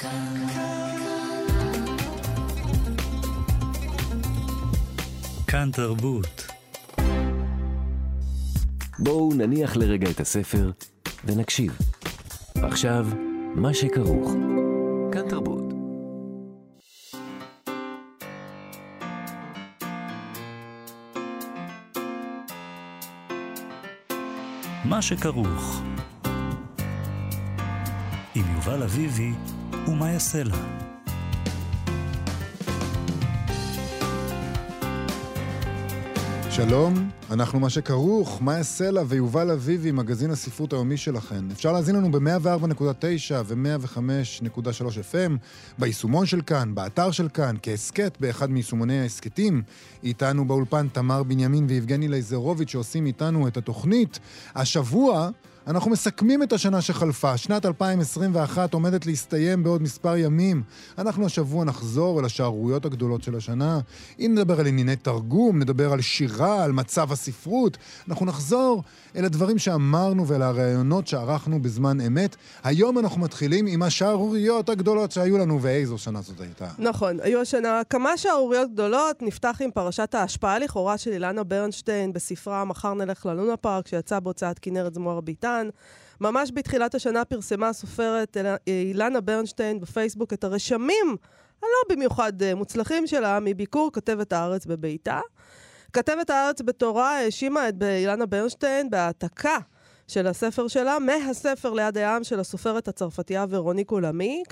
כאן תרבות. בואו נניח לרגע את הספר ונקשיב. עכשיו, מה שכרוך. כאן תרבות. מה שכרוך. עם יובל אביבי ומה יעשה לה. שלום, אנחנו מה שכרוך, מה יעשה לה ויובל אביבי, מגזין הספרות היומי שלכם. אפשר להזין לנו ב-104.9 ו-105.3 FM, ביישומון של כאן, באתר של כאן, כעסקט באחד מיישומוני העסקטים. איתנו באולפן תמר בנימין ויבגני לייזרוביץ' שעושים איתנו את התוכנית. השבוע אנחנו מסכמים את השנה שחלפה. שנת 2021 עומדת להסתיים בעוד מספר ימים. אנחנו השבוע נחזור אל השערוריות הגדולות של השנה. אם נדבר על ענייני תרגום, נדבר על שירה, על מצב הספרות. אנחנו נחזור אל הדברים שאמרנו ואל הרעיונות שערכנו בזמן אמת. היום אנחנו מתחילים עם השערוריות הגדולות שהיו לנו, ואיזו שנה זאת הייתה. נכון, היו השנה כמה שערוריות גדולות. נפתח עם פרשת ההשפעה לכאורה של אילנה ברנשטיין בספרה מחר נלך ללונה פארק, שיצא בהוצאת כנרת זמורה ביטן. ממש בתחילת השנה פרסמה הסופרת אילנה ברנשטיין בפייסבוק את הרשמים הלא במיוחד מוצלחים שלה מביקור כתבת הארץ בביתה. כתבת הארץ בתורה האשימה את אילנה ברנשטיין בהעתקה של הספר שלה מהספר ליד הים של הסופרת הצרפתייה ורוניק עולמי,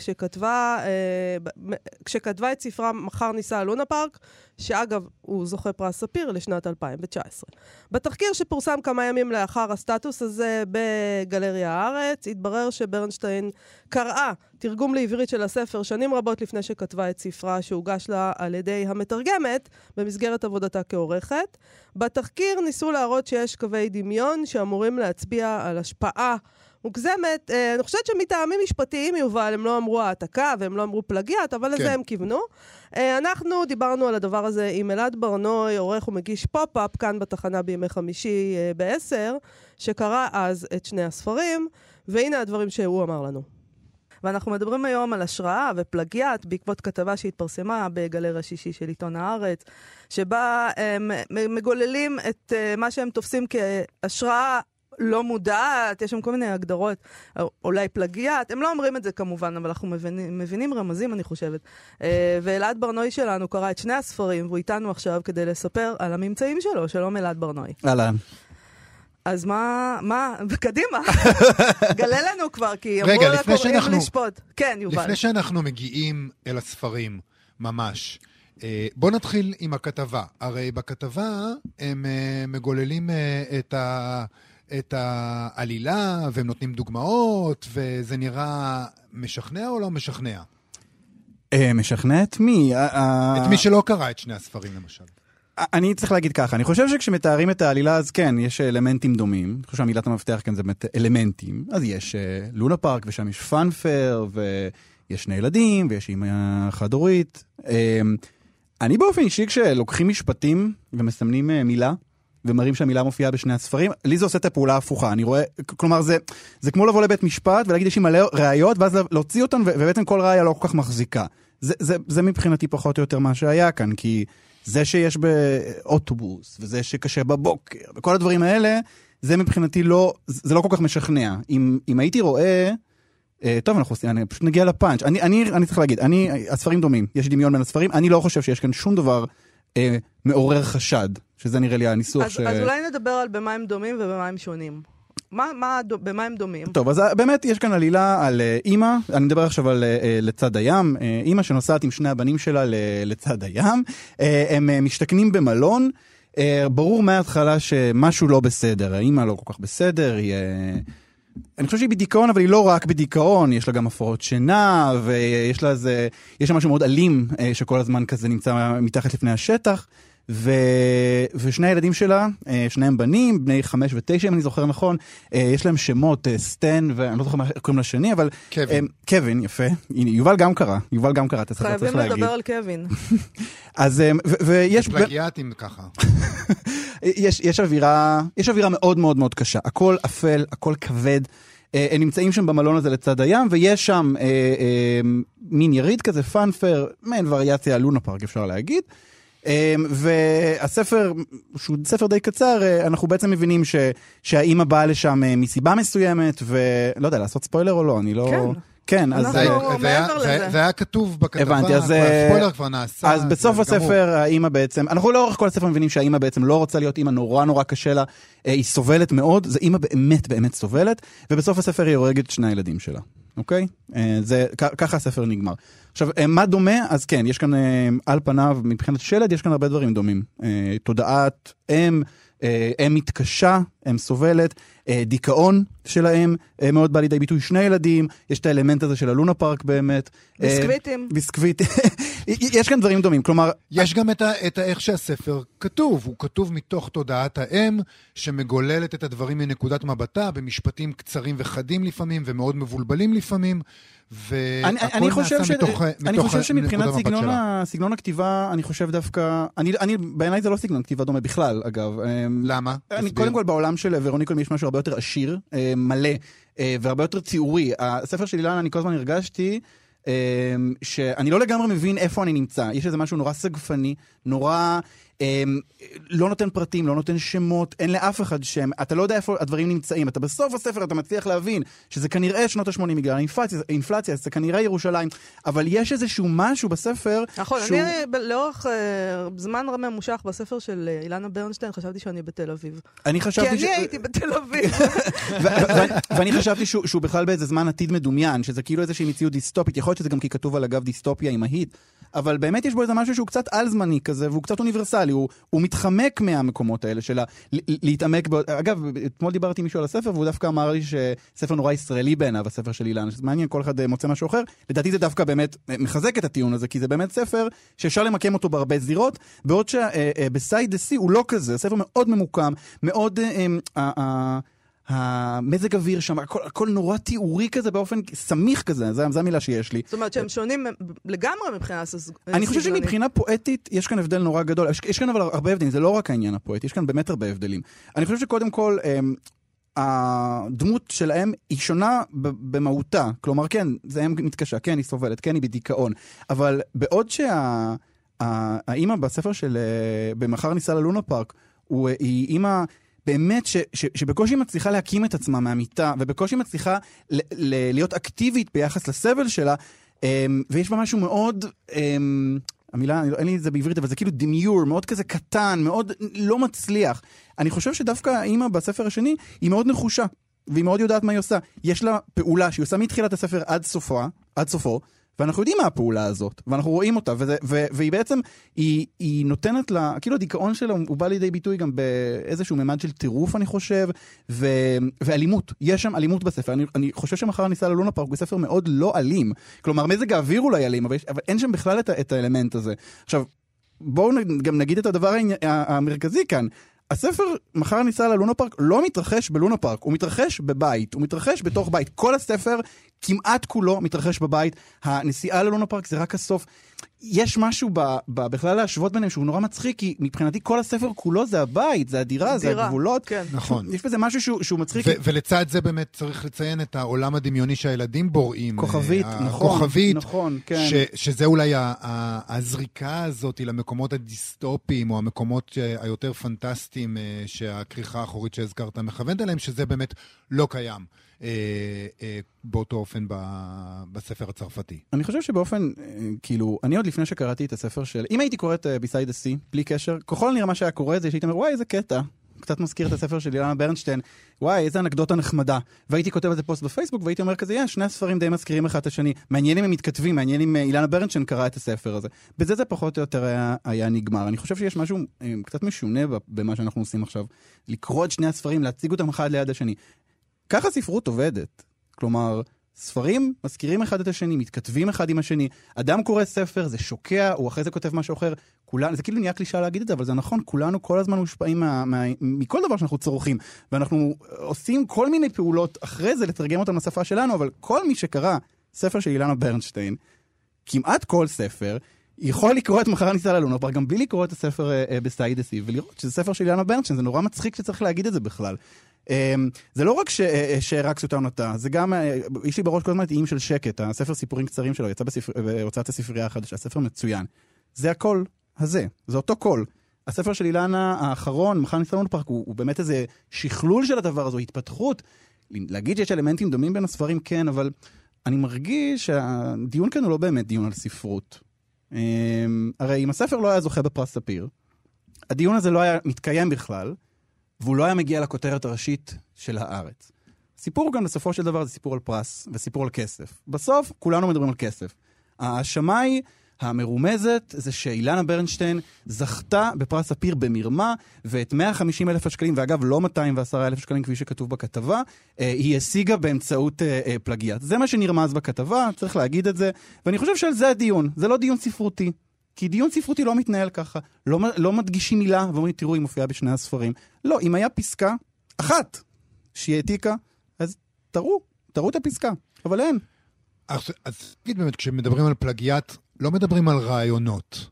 כשכתבה את ספרה מחר ניסה לונה פארק, שאגב הוא זוכה פרס ספיר לשנת 2019. בתחקיר שפורסם כמה ימים לאחר הסטטוס הזה בגלריה הארץ, התברר שברנשטיין קראה תרגום לעברית של הספר שנים רבות לפני שכתבה את ספרה שהוגש לה על ידי המתרגמת במסגרת עבודתה כעורכת. בתחקיר ניסו להראות שיש קווי דמיון שאמורים להצביע על השפעה מוגזמת. אני חושבת שמטעמים משפטיים יובל, הם לא אמרו העתקה והם לא אמרו פלגיאט, אבל לזה הם כיוונו. אנחנו דיברנו על הדבר הזה עם אלעד ברנוי, עורך ומגיש פופ-אפ כאן בתחנה בימי חמישי ב-10, שקרא אז את שני הספרים, והנה הדברים שהוא אמר לנו. ואנחנו מדברים היום על השראה ופלגיאט בעקבות כתבה שהתפרסמה בגלריה שישי של עיתון הארץ, שבה מגוללים את מה שהם תופסים כהשראה לא מודעת, יש שם כל מיני הגדרות, אולי פלגיאט, הם לא אומרים את זה כמובן, אבל אנחנו מבינים רמזים, אני חושבת. ואלעד ברנוי שלנו קרא את שני הספרים, והוא איתנו עכשיו כדי לספר על הממצאים שלו. שלום אלעד ברנוי. אהלן. אז מה, קדימה. גלה לנו כבר, כי אמרו רגע, לקוראים לשפוט. כן, יובל. לפני שאנחנו מגיעים אל הספרים, ממש, בוא נתחיל עם הכתבה. הרי בכתבה הם מגוללים את העלילה, והם נותנים דוגמאות, וזה נראה משכנע או לא משכנע? משכנע את מי? את מי שלא קרא את שני הספרים, למשל. אני צריך להגיד ככה, אני חושב שכשמתארים את העלילה, אז כן, יש אלמנטים דומים. אני חושב שהמילת המפתח כאן זה באמת אלמנטים. אז יש לונה פארק, ושם יש פאנפר, ויש שני ילדים, ויש אמא חד-הורית. אני באופן אישי, כשלוקחים משפטים ומסמנים מילה, ומראים שהמילה מופיעה בשני הספרים, לי זה עושה את הפעולה ההפוכה. אני רואה, כלומר, זה כמו לבוא לבית משפט, ולהגיד יש לי מלא ראיות, ואז להוציא אותן, ובעצם כל ראיה לא כל כך מחזיקה. זה מבחינתי פחות או יותר מה שהיה כאן, כי זה שיש באוטובוס, וזה שקשה בבוקר, וכל הדברים האלה, זה מבחינתי לא, זה לא כל כך משכנע. אם הייתי רואה, טוב, אני פשוט נגיע לפאנץ'. אני צריך להגיד, הספרים דומים, יש דמיון בין הספרים, אני לא חושב שיש כאן שום דבר מעורר חשד, שזה נראה לי הניסוח אז אולי נדבר על במה הם דומים ובמה הם שונים. במה הם דומים? טוב, אז באמת יש כאן עלילה על אמא, אני מדבר עכשיו על לצד הים, אמא שנוסעת עם שני הבנים שלה לצד הים, הם משתכנים במלון, ברור מההתחלה שמשהו לא בסדר, האמא לא כל כך בסדר, אני חושב שהיא בדיכאון, אבל היא לא רק בדיכאון, יש לה גם הפרעות שינה, ויש לה יש לה משהו מאוד אלים, שכל הזמן כזה נמצא מתחת לפני השטח, ושני הילדים שלה, שניהם בנים, בני 5 ו9, אם אני זוכר נכון, יש להם שמות, סטן, ואני לא זוכר מה קוראים לשני, אבל קווין, יפה, יובל גם קרא, אתה צריך להגיד. חייבים לדבר על קווין. אז, ויש... פלגיאטים ככה. יש אווירה מאוד מאוד מאוד קשה, הכל אפל, הכל כבד, הם נמצאים שם במלון הזה לצד הים, ויש שם מין יריד כזה, פאנפר, מעין וריאציה על לונה פארק, אפשר להגיד. והספר, שהוא ספר די קצר, אנחנו בעצם מבינים שהאימא באה לשם מסיבה מסוימת, ולא יודע, לעשות ספוילר או לא, אני לא... כן, אז זה היה כתוב בכתבה, הספוילר כבר נעשה. אז בסוף הספר האמא בעצם, אנחנו לאורך כל הספר מבינים שהאמא בעצם לא רוצה להיות אמא, נורא קשה לה, היא סובלת מאוד, זה אמא באמת סובלת, ובסוף הספר היא הורגת את שני הילדים שלה, אוקיי? ככה הספר נגמר. עכשיו, מה דומה? אז כן, יש כאן על פניו, מבחינת שלד, יש כאן הרבה דברים דומים. תודעת אם מתקשה, אם סובלת, דיכאון שלהם מאוד בא לידי ביטוי, שני ילדים, יש את האלמנט הזה של הלונה פארק באמת. ביסקוויטים. יש כאן דברים דומים, כלומר... יש גם את איך שהספר כתוב, הוא כתוב מתוך תודעת האם, שמגוללת את הדברים מנקודת מבטה, במשפטים קצרים וחדים לפעמים, ומאוד מבולבלים לפעמים, והכל נעשה מתוך אני חושב שמבחינת סגנון הכתיבה, אני חושב דווקא, בעיניי זה לא סגנון כתיבה דומה בכלל, אגב. למה? קודם כל בעולם של ורוניקולם יש משהו הרבה יותר עשיר, מלא, והרבה יותר ציורי. הספר של אילנה, אני כל הזמן הרגשתי, שאני לא לגמרי מבין איפה אני נמצא. יש איזה משהו נורא סגפני, נורא... לא נותן פרטים, לא נותן שמות, אין לאף אחד שם, אתה לא יודע איפה הדברים נמצאים, אתה בסוף הספר אתה מצליח להבין שזה כנראה שנות ה-80 בגלל האינפלציה, זה כנראה ירושלים, אבל יש איזשהו משהו בספר נכון, אני לאורך זמן ממושך בספר של אילנה ברנשטיין, חשבתי שאני בתל אביב. כי אני הייתי בתל אביב. ואני חשבתי שהוא בכלל באיזה זמן עתיד מדומיין, שזה כאילו איזושהי מציאות דיסטופית, יכול להיות שזה גם כי כתוב על אגב דיסטופיה עם ההיט, אבל באמת יש בו איזה משהו שהוא קצת על-זמני כזה, והוא קצת אוניברסלי, הוא מתחמק מהמקומות האלה שלה, להתעמק אגב, אתמול דיברתי עם מישהו על הספר, והוא דווקא אמר לי שספר נורא ישראלי בעיניו, הספר של אילן, שזה מעניין, כל אחד מוצא משהו אחר, לדעתי זה דווקא באמת מחזק את הטיעון הזה, כי זה באמת ספר שאפשר למקם אותו בהרבה זירות, בעוד שבסייד דסי הוא לא כזה, ספר מאוד ממוקם, מאוד... המזג אוויר שם, הכל נורא תיאורי כזה באופן סמיך כזה, זו המילה שיש לי. זאת אומרת שהם שונים לגמרי מבחינה סגנונית. אני חושב שמבחינה פואטית יש כאן הבדל נורא גדול, יש כאן אבל הרבה הבדלים, זה לא רק העניין הפואטי, יש כאן באמת הרבה הבדלים. אני חושב שקודם כל, הדמות שלהם היא שונה במהותה, כלומר כן, זה הם מתקשה, כן היא סובלת, כן היא בדיכאון, אבל בעוד שהאימא בספר של במחר ניסה ללונה פארק, היא אימא באמת שבקושי מצליחה להקים את עצמה מהמיטה, ובקושי מצליחה להיות אקטיבית ביחס לסבל שלה, ויש בה משהו מאוד, המילה, אין לי את זה בעברית, אבל זה כאילו דמיור, מאוד כזה קטן, מאוד לא מצליח. אני חושב שדווקא האמא בספר השני, היא מאוד נחושה, והיא מאוד יודעת מה היא עושה. יש לה פעולה שהיא עושה מתחילת הספר עד סופו, ואנחנו יודעים מה הפעולה הזאת, ואנחנו רואים אותה, והיא בעצם, היא נותנת לה, כאילו הדיכאון שלה, הוא בא לידי ביטוי גם באיזשהו ממד של טירוף, אני חושב, ואלימות. יש שם אלימות בספר. אני חושב שמחר ניסה ללונה פארק, הוא ספר מאוד לא אלים. כלומר, מזג האוויר אולי אלים, אבל אין שם בכלל את האלמנט הזה. עכשיו, בואו גם נגיד את הדבר המרכזי כאן. הספר מחר ניסה ללונה פארק לא מתרחש בלונה פארק, הוא מתרחש בבית, הוא מתרחש בתוך בית. כל הספר כמעט כולו מתרחש בבית. הנסיעה ללונה פארק זה רק הסוף. יש משהו בכלל להשוות ביניהם שהוא נורא מצחיק, כי מבחינתי כל הספר כולו זה הבית, זה הדירה, זה הגבולות. כן. נכון. יש בזה משהו שהוא מצחיק. ולצד זה באמת צריך לציין את העולם הדמיוני שהילדים בוראים. כוכבית, נכון, כן. שזה אולי הזריקה הזאת למקומות הדיסטופיים, או המקומות היותר פנטסטיים שהכריכה האחורית שהזכרת מכוונת אליהם, שזה באמת לא קיים. באותו אופן בספר הצרפתי. אני חושב שבאופן, כאילו, אני עוד לפני שקראתי את הספר של, אם הייתי קורא את Beside the Sea, בלי קשר, ככל נראה מה שהיה קורא זה שהייתי אומר, וואי, איזה קטע. קצת מזכיר את הספר של אילנה ברנשטיין, וואי, איזה אנקדוטה נחמדה. והייתי כותב איזה פוסט בפייסבוק, והייתי אומר כזה, שני הספרים די מזכירים אחד את השני. מעניין אם הם מתכתבים, מעניין אם אילנה ברנשטיין קרא את הספר הזה. בזה זה פחות או יותר היה נגמר. אני חושב שיש משהו קצת משונה במה שאנחנו עושים עכשיו. לקרוא את שני הספרים, להציג אותם אחד ליד השני. ככה ספרות עובדת. כלומר, ספרים מזכירים אחד את השני, מתכתבים אחד עם השני. אדם קורא ספר, זה שוקע, הוא אחרי זה כותב משהו אחר. זה כאילו נהיה קלישה להגיד את זה, אבל זה נכון, כולנו כל הזמן מושפעים מכל דבר שאנחנו צורכים. ואנחנו עושים כל מיני פעולות אחרי זה לתרגם אותם לשפה שלנו, אבל כל מי שקרא ספר של אילנה ברנשטיין, כמעט כל ספר, יכול לקרוא את מחר ניסה ללונה פארק, גם בלי לקרוא את הספר בסייד דסי, ולראות שזה ספר של אילנה ברנשטיין, זה נורא מצחיק שצריך להגיד את זה בכלל. זה לא רק שרק סוטה עונתה, זה גם, יש לי בראש כל הזמן את איים של שקט, הספר סיפורים קצרים שלו, יצא בהוצאת הספרייה החדשה, הספר מצוין. זה הכל הזה, זה אותו קול. הספר של אילנה האחרון, מחר ניסה לונה פארק, הוא באמת איזה שכלול של הדבר הזה, התפתחות. להגיד שיש אלמנטים דומים בין הספרים, כן, אבל אני מרגיש שהדיון כאן הוא לא באמת דיון על ספרות. הרי אם הספר לא היה זוכה בפרס ספיר, הדיון הזה לא היה מתקיים בכלל, והוא לא היה מגיע לכותרת הראשית של הארץ. סיפור גם בסופו של דבר זה סיפור על פרס וסיפור על כסף. בסוף כולנו מדברים על כסף. השמאי המרומזת זה שאילנה ברנשטיין זכתה בפרס ספיר במרמה, ואת 150,000 השקלים, ואגב לא 210,000 שקלים כפי שכתוב בכתבה, היא השיגה באמצעות פלגיאט. זה מה שנרמז בכתבה, צריך להגיד את זה, ואני חושב שעל זה הדיון, זה לא דיון ספרותי. כי דיון ספרותי לא מתנהל ככה, לא מדגישים מילה, ואומרים, תראו, היא מופיעה בשני הספרים. לא, אם היה פסקה אחת שהיא העתיקה, אז תראו את הפסקה, אבל אין. אז תגיד באמת, כשמדברים על פלגיאט, לא מדברים על רעיונות.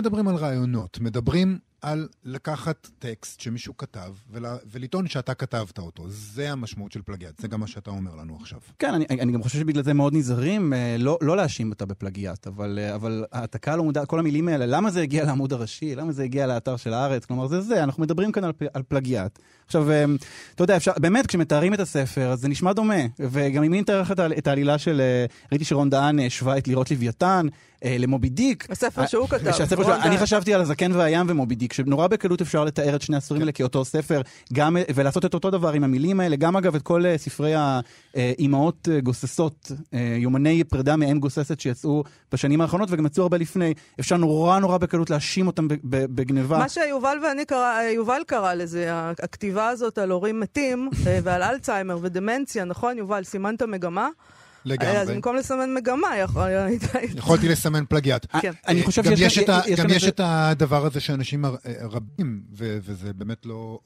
מדברים על לקחת טקסט שמישהו כתב, ולטעון שאתה כתבת אותו. זה המשמעות של פלגיאט. זה גם מה שאתה אומר לנו עכשיו. כן, אני גם חושב שבגלל זה מאוד נזהרים לא להאשים אותה בפלגיאט, אבל העתקה לא מודע, כל המילים האלה, למה זה הגיע לעמוד הראשי? למה זה הגיע לאתר של הארץ? כלומר, זה. אנחנו מדברים כאן על פלגיאט. עכשיו, אתה יודע, באמת, כשמתארים את הספר, אז זה נשמע דומה. וגם אם נתאר את העלילה של, ראיתי שרון דהן שווה את לירות לוויתן, למובי דיק. הספר שהוא כתב. אני חשבתי על הזקן והים ומובי דיק, שנורא בקלות אפשר לתאר את שני הספרים האלה כאותו ספר, ולעשות את אותו דבר עם המילים האלה, גם אגב את כל ספרי האימהות גוססות, יומני פרידה מאם גוססת שיצאו בשנים האחרונות, וגם יצאו הרבה לפני. אפשר נורא בקלות להאשים אותם בגניבה. מה שיובל קרא לזה, הכתיבה הזאת על הורים מתים, ועל אלצהיימר ודמנציה, נכון יובל, סימנת מגמה? לגמרי. אז במקום לסמן מגמה, יכולתי לסמן פלגיאט. אני חושב גם יש את הדבר הזה שאנשים רבים, וזה באמת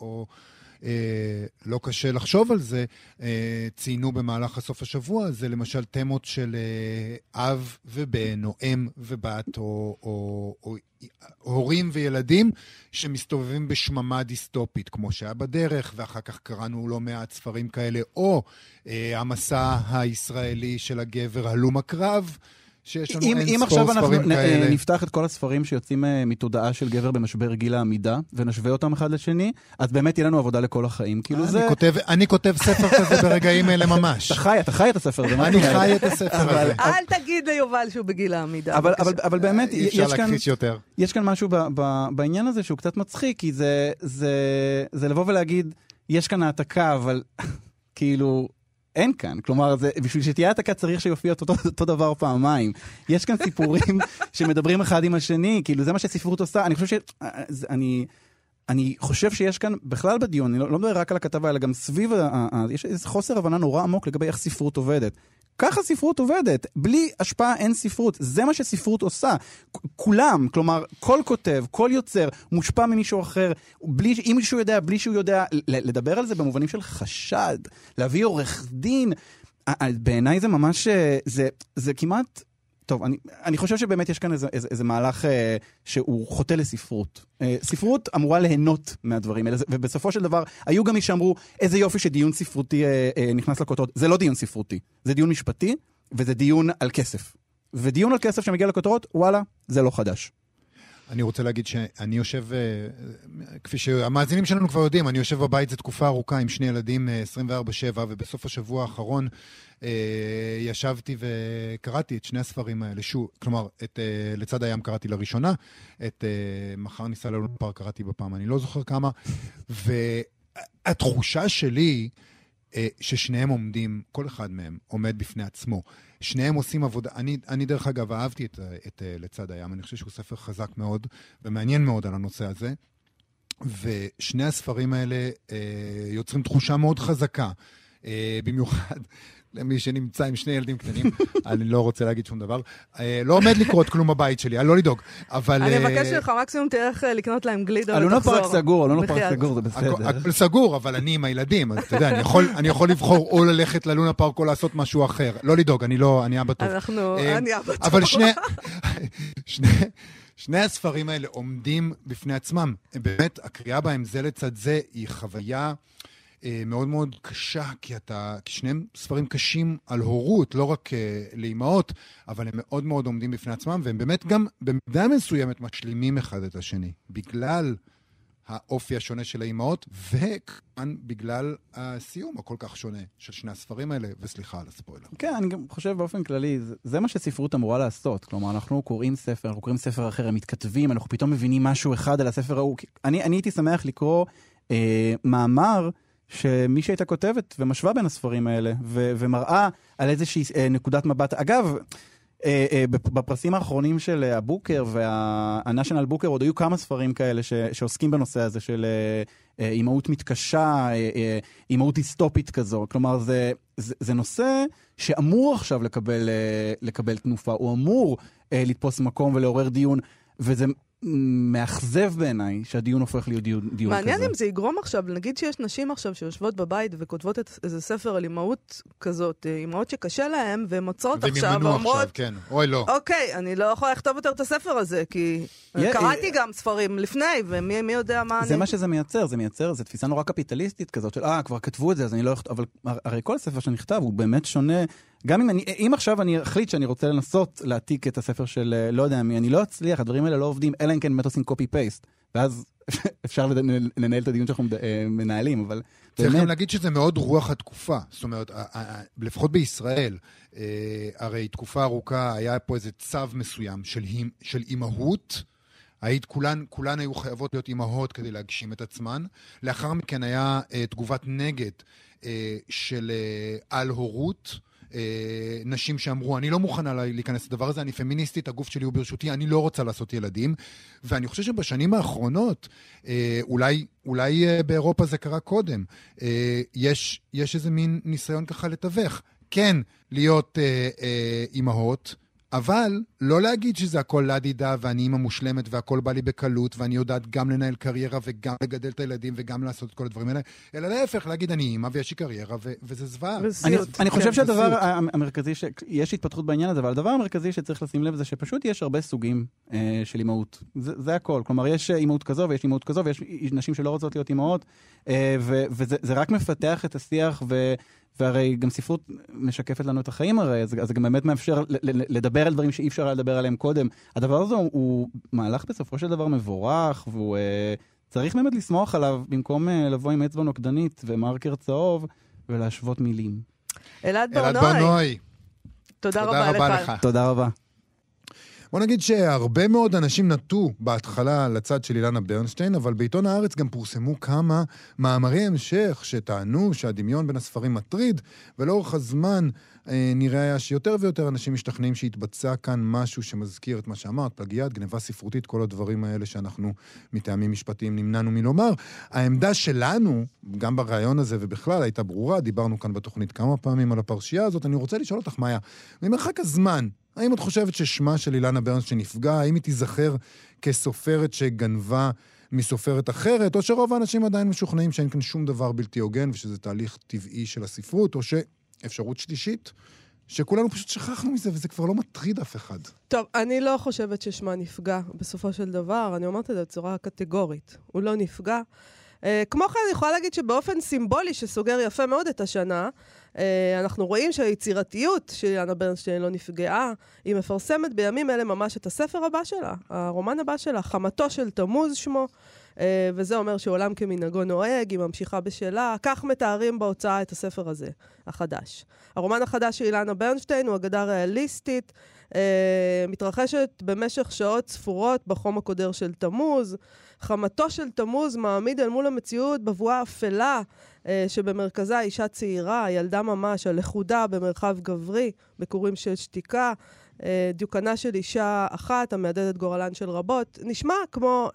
לא קשה לחשוב על זה, ציינו במהלך הסוף השבוע, זה למשל תמות של אב ובן, או אם ובת, או הורים וילדים שמסתובבים בשממה דיסטופית, כמו שהיה בדרך, ואחר כך קראנו לא מעט ספרים כאלה, או המסע הישראלי של הגבר הלום הקרב, שיש לנו אין ספור ספרים כאלה. אם עכשיו אנחנו נפתח את כל הספרים שיוצאים מתודעה של גבר במשבר גיל העמידה, ונשווה אותם אחד לשני, אז באמת יהיה לנו עבודה לכל החיים. אני כותב ספר כזה ברגעים אלה ממש. אתה חי את הספר הזה. אני חי את הספר הזה. אל תגיד ליובל שהוא בגיל העמידה. אבל באמת, יש כאן משהו בעניין הזה שהוא קצת מצחיק, כי זה לבוא ולהגיד, יש כאן העתקה, אבל כאילו אין כאן. כלומר, בשביל שתהיה העתקה צריך שיופיע אותו דבר פעמיים. יש כאן סיפורים שמדברים אחד עם השני, כאילו זה מה שספרות עושה. אני חושב שיש כאן, בכלל בדיון, אני לא מדבר רק על הכתבה, אלא גם סביב, יש איזה חוסר הבנה נורא עמוק לגבי איך ספרות עובדת. ככה ספרות עובדת, בלי השפעה אין ספרות, זה מה שספרות עושה. כולם, כלומר, כל כותב, כל יוצר, מושפע ממישהו אחר, אם מישהו יודע, בלי שהוא יודע, לדבר על זה במובנים של חשד, להביא עורך דין, בעיניי זה ממש, זה כמעט, טוב, אני חושב שבאמת יש כאן איזה מהלך שהוא חוטא לספרות. ספרות אמורה ליהנות מהדברים האלה, ובסופו של דבר, היו גם מי שאמרו, איזה יופי שדיון ספרותי נכנס לכותרות. זה לא דיון ספרותי, זה דיון משפטי, וזה דיון על כסף. ודיון על כסף שמגיע לכותרות, וואלה, זה לא חדש. אני רוצה להגיד שאני יושב, כפי שהמאזינים שלנו כבר יודעים, אני יושב בבית זה תקופה ארוכה עם שני ילדים 24/7, ובסוף השבוע האחרון ישבתי וקראתי את שני הספרים האלה, כלומר, את לצד הים קראתי לראשונה, את מחר ניסה ללונה פארק קראתי בפעם, אני לא זוכר כמה, והתחושה שלי ששניהם עומדים, כל אחד מהם עומד בפני עצמו, שניהם עושים עבודה, אני דרך אגב אהבתי את לצד הים, אני חושב שהוא ספר חזק מאוד ומעניין מאוד על הנושא הזה, ושני הספרים האלה יוצרים תחושה מאוד חזקה, במיוחד למי שנמצא עם שני ילדים קטנים, אני לא רוצה להגיד שום דבר, לא עומד לקרות כלום בבית שלי, לא לדאוג, אבל אני מבקש לך, מקסימום תלך לקנות להם גלידה ותחזור. לונה פארק סגור, זה בסדר. הכל סגור, אבל אני עם הילדים, אז אתה יודע, אני יכול לבחור או ללכת ללונה פארק או לעשות משהו אחר, לא לדאוג, אני אבא טוב. אני אבא טוב. אבל שני הספרים האלה עומדים בפני עצמם, באמת, הקריאה בהם זה לצד זה היא חוויה מאוד מאוד קשה, כי שניהם ספרים קשים על הורות, לא רק לאימהות, אבל הם מאוד מאוד עומדים בפני עצמם, והם באמת גם במידה מסוימת משלימים אחד את השני, בגלל האופי השונה של האימהות, וכאן בגלל הסיום הכל כך שונה של שני הספרים האלה, וסליחה על הספוילר. כן, אני גם חושב באופן כללי, זה מה שספרות אמורה לעשות. כלומר, אנחנו קוראים ספר אחר, הם מתכתבים, אנחנו פתאום מבינים משהו אחד על הספר ההוא. אני הייתי שמח לקרוא מאמר שמי שהייתה כותבת ומשווה בין הספרים האלה, ומראה על איזושהי נקודת מבט. אגב, בפרסים האחרונים של הבוקר והנשיונל בוקר עוד היו כמה ספרים כאלה שעוסקים בנושא הזה של אימהות מתקשה, אימהות היסטופית כזו. כלומר, זה נושא שאמור עכשיו לקבל תנופה, הוא אמור לתפוס מקום ולעורר דיון, וזה מאכזב בעיניי שהדיון הופך להיות דיון כזה. מעניין אם זה יגרום עכשיו, נגיד שיש נשים עכשיו שיושבות בבית וכותבות איזה ספר על אימהות כזאת, אימהות שקשה להן, והן מוצאות עכשיו ואומרות, כן. אוי לא. אוקיי, אני לא יכולה לכתוב יותר את הספר הזה, כי קראתי גם ספרים לפני, ומי יודע מה אני... זה מה שזה מייצר, זה תפיסה נורא קפיטליסטית כזאת, של כבר כתבו את זה, אז אני לא... אבל הרי כל ספר שנכתב הוא באמת שונה, גם אם עכשיו אני אחליט שאני רוצה לנסות להעתיק את הספר של, לא יודע מי, אני לא אצליח, הדברים האלה לא עובדים, אלא אם כן באמת עושים copy-paste, ואז אפשר לנהל את הדיון שאנחנו מנהלים, אבל... צריך גם להגיד שזה מאוד רוח התקופה, זאת אומרת, לפחות בישראל, הרי תקופה ארוכה היה פה איזה צו מסוים של אימהות, כולן היו חייבות להיות אימהות כדי להגשים את עצמן, לאחר מכן היה תגובת נגד של על הורות, נשים שאמרו, אני לא מוכנה להיכנס לדבר הזה, אני פמיניסטית, הגוף שלי הוא ברשותי, אני לא רוצה לעשות ילדים, ואני חושב שבשנים האחרונות, אולי באירופה זה קרה קודם, יש איזה מין ניסיון ככה לתווך, כן, להיות אימהות, אבל לא להגיד שזה הכל לדידה ואני אימא מושלמת והכל בא לי בקלות ואני יודעת גם לנהל קריירה וגם לגדל את הילדים וגם לעשות את כל הדברים האלה, אלא להפך להגיד אני אימא ויש לי קריירה וזה זוועה. אני חושב שהדבר המרכזי, יש התפתחות בעניין הזה, אבל הדבר המרכזי שצריך לשים לב זה שפשוט יש הרבה סוגים של אימהות. זה הכל. כלומר, יש אימהות כזו ויש אימהות כזו ויש נשים שלא רוצות להיות אימהות, וזה רק מפתח את השיח והרי גם ספרות משקפת לנו את החיים הרי, אז זה גם באמת מאפשר לדבר על דברים שאי אפשר לדבר עליהם קודם. הדבר הזה הוא מהלך בסופו של דבר מבורך, והוא צריך באמת לסמוך עליו, במקום לבוא עם אצבע נוקדנית ומרקר צהוב, ולהשוות מילים. אלעד ברנועי. תודה רבה לך. תודה רבה. בוא נגיד שהרבה מאוד אנשים נטו בהתחלה לצד של אילנה ברנשטיין, אבל בעיתון הארץ גם פורסמו כמה מאמרי המשך שטענו שהדמיון בין הספרים מטריד, ולאורך הזמן נראה היה שיותר ויותר אנשים משתכנעים שהתבצע כאן משהו שמזכיר את מה שאמרת, פלגיית, גניבה ספרותית, כל הדברים האלה שאנחנו מטעמים משפטיים נמנענו מלומר. העמדה שלנו, גם ברעיון הזה ובכלל, הייתה ברורה, דיברנו כאן בתוכנית כמה פעמים על הפרשייה הזאת, אני רוצה לשאול אותך, מאיה, ממרחק הזמן, האם את חושבת ששמה של אילנה ברנשטיין נפגע? האם היא תיזכר כסופרת שגנבה מסופרת אחרת? או שרוב האנשים עדיין משוכנעים שאין כאן שום דבר בלתי הוגן, ושזה תהליך טבעי של הספרות, או שאפשרות שלישית, שכולנו פשוט שכחנו מזה, וזה כבר לא מטריד אף אחד. טוב, אני לא חושבת ששמה נפגע בסופו של דבר, אני אומרת את זה בצורה קטגורית. הוא לא נפגע. כמו כן, אני יכולה להגיד שבאופן סימבולי שסוגר יפה מאוד את השנה, אנחנו רואים שהיצירתיות של אילנה ברנשטיין לא נפגעה, היא מפרסמת בימים אלה ממש את הספר הבא שלה, הרומן הבא שלה, חמתו של תמוז שמו, וזה אומר שעולם כמנהגו נוהג, היא ממשיכה בשלה, כך מתארים בהוצאה את הספר הזה, החדש. הרומן החדש של אילנה ברנשטיין הוא אגדה ריאליסטית, מתרחשת במשך שעות ספורות בחום הקודר של תמוז. חמתו של תמוז מעמיד אל מול המציאות בבואה אפלה, שבמרכזה אישה צעירה, ילדה ממש, הלכודה במרחב גברי, בקורים של שתיקה, דיוקנה של אישה אחת, המעדדת גורלן של רבות. נשמע כמו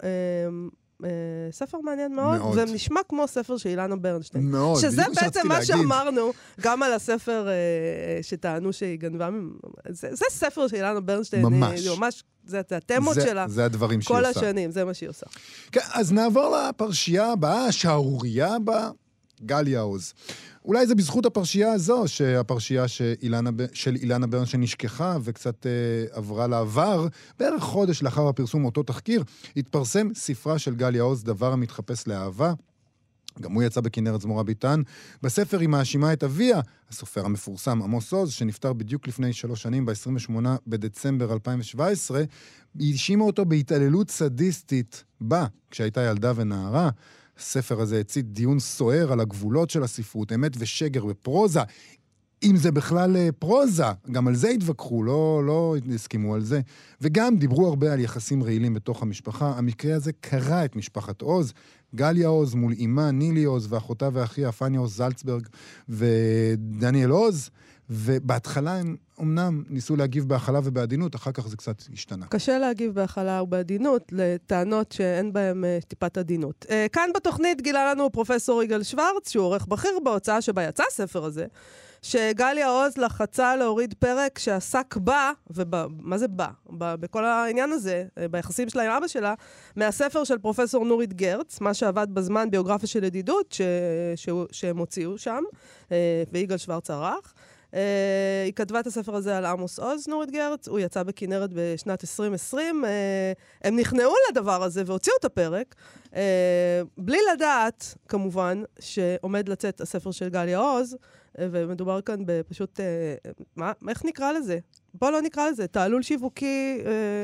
ספר מעניין מאוד, ונשמע כמו ספר של אילנה ברנשטיין. מאוד, שזה בעצם מה שאמרנו, גם על הספר שטענו שהיא גנבה, זה ספר של אילנה ברנשטיין. ממש. זה התמות שלה. זה הדברים שהיא עושה. כל השנים, זה מה שהיא עושה. כן, אז נעבור לפרשייה הבאה, השערורייה הבאה, גליה עוז. אולי זה בזכות הפרשייה הזו, שהפרשייה של אילנה ברנשטיין נשכחה וקצת עברה לעבר, בערך חודש לאחר הפרסום אותו תחקיר, התפרסם ספרה של גליה עוז, דבר המתחפש לאהבה, גם הוא יצא בכנרת זמורה ביטן. בספר היא מאשימה את אביה, הסופר המפורסם עמוס עוז, שנפטר בדיוק לפני 3 שנים, ב-28 בדצמבר 2017, היא האשימה אותו בהתעללות סדיסטית בה, כשהייתה ילדה ונערה. הספר הזה הצית דיון סוער על הגבולות של הספרות, אמת ושגר בפרוזה. אם זה בכלל פרוזה, גם על זה התווכחו, לא הסכימו על זה. וגם דיברו הרבה על יחסים רעילים בתוך המשפחה. המקרה הזה קרע את משפחת עוז, גליה עוז מול אימה נילי עוז, ואחותה ואחיה פניה עוז זלצברג ודניאל עוז, ובהתחלה הם אמנם ניסו להגיב בהכלה ובעדינות, אחר כך זה קצת השתנה. קשה להגיב בהכלה ובעדינות לטענות שאין בהם טיפת עדינות. כאן בתוכנית גילה לנו פרופסור יגאל שוורץ, שהוא עורך בכיר בהוצאה שבה יצא הספר הזה, שגליה עוז לחצה להוריד פרק שעסק בה, מה זה בה? בכל העניין הזה, ביחסים שלה עם אבא שלה, מהספר של פרופסור נורית גרץ, מה שעבד בזמן ביוגרפיה של ידידות, שהם הוציאו שם, ויגאל שוורץ ערך. היא כתבה את הספר הזה על עמוס עוז, נורית גרץ, הוא יצא בכנרת בשנת 2020, הם נכנעו לדבר הזה והוציאו את הפרק, בלי לדעת, כמובן, שעומד לצאת הספר של גליה עוז, ומדובר כאן בפשוט, איך נקרא לזה? בוא לא נקרא לזה, תעלול שיווקי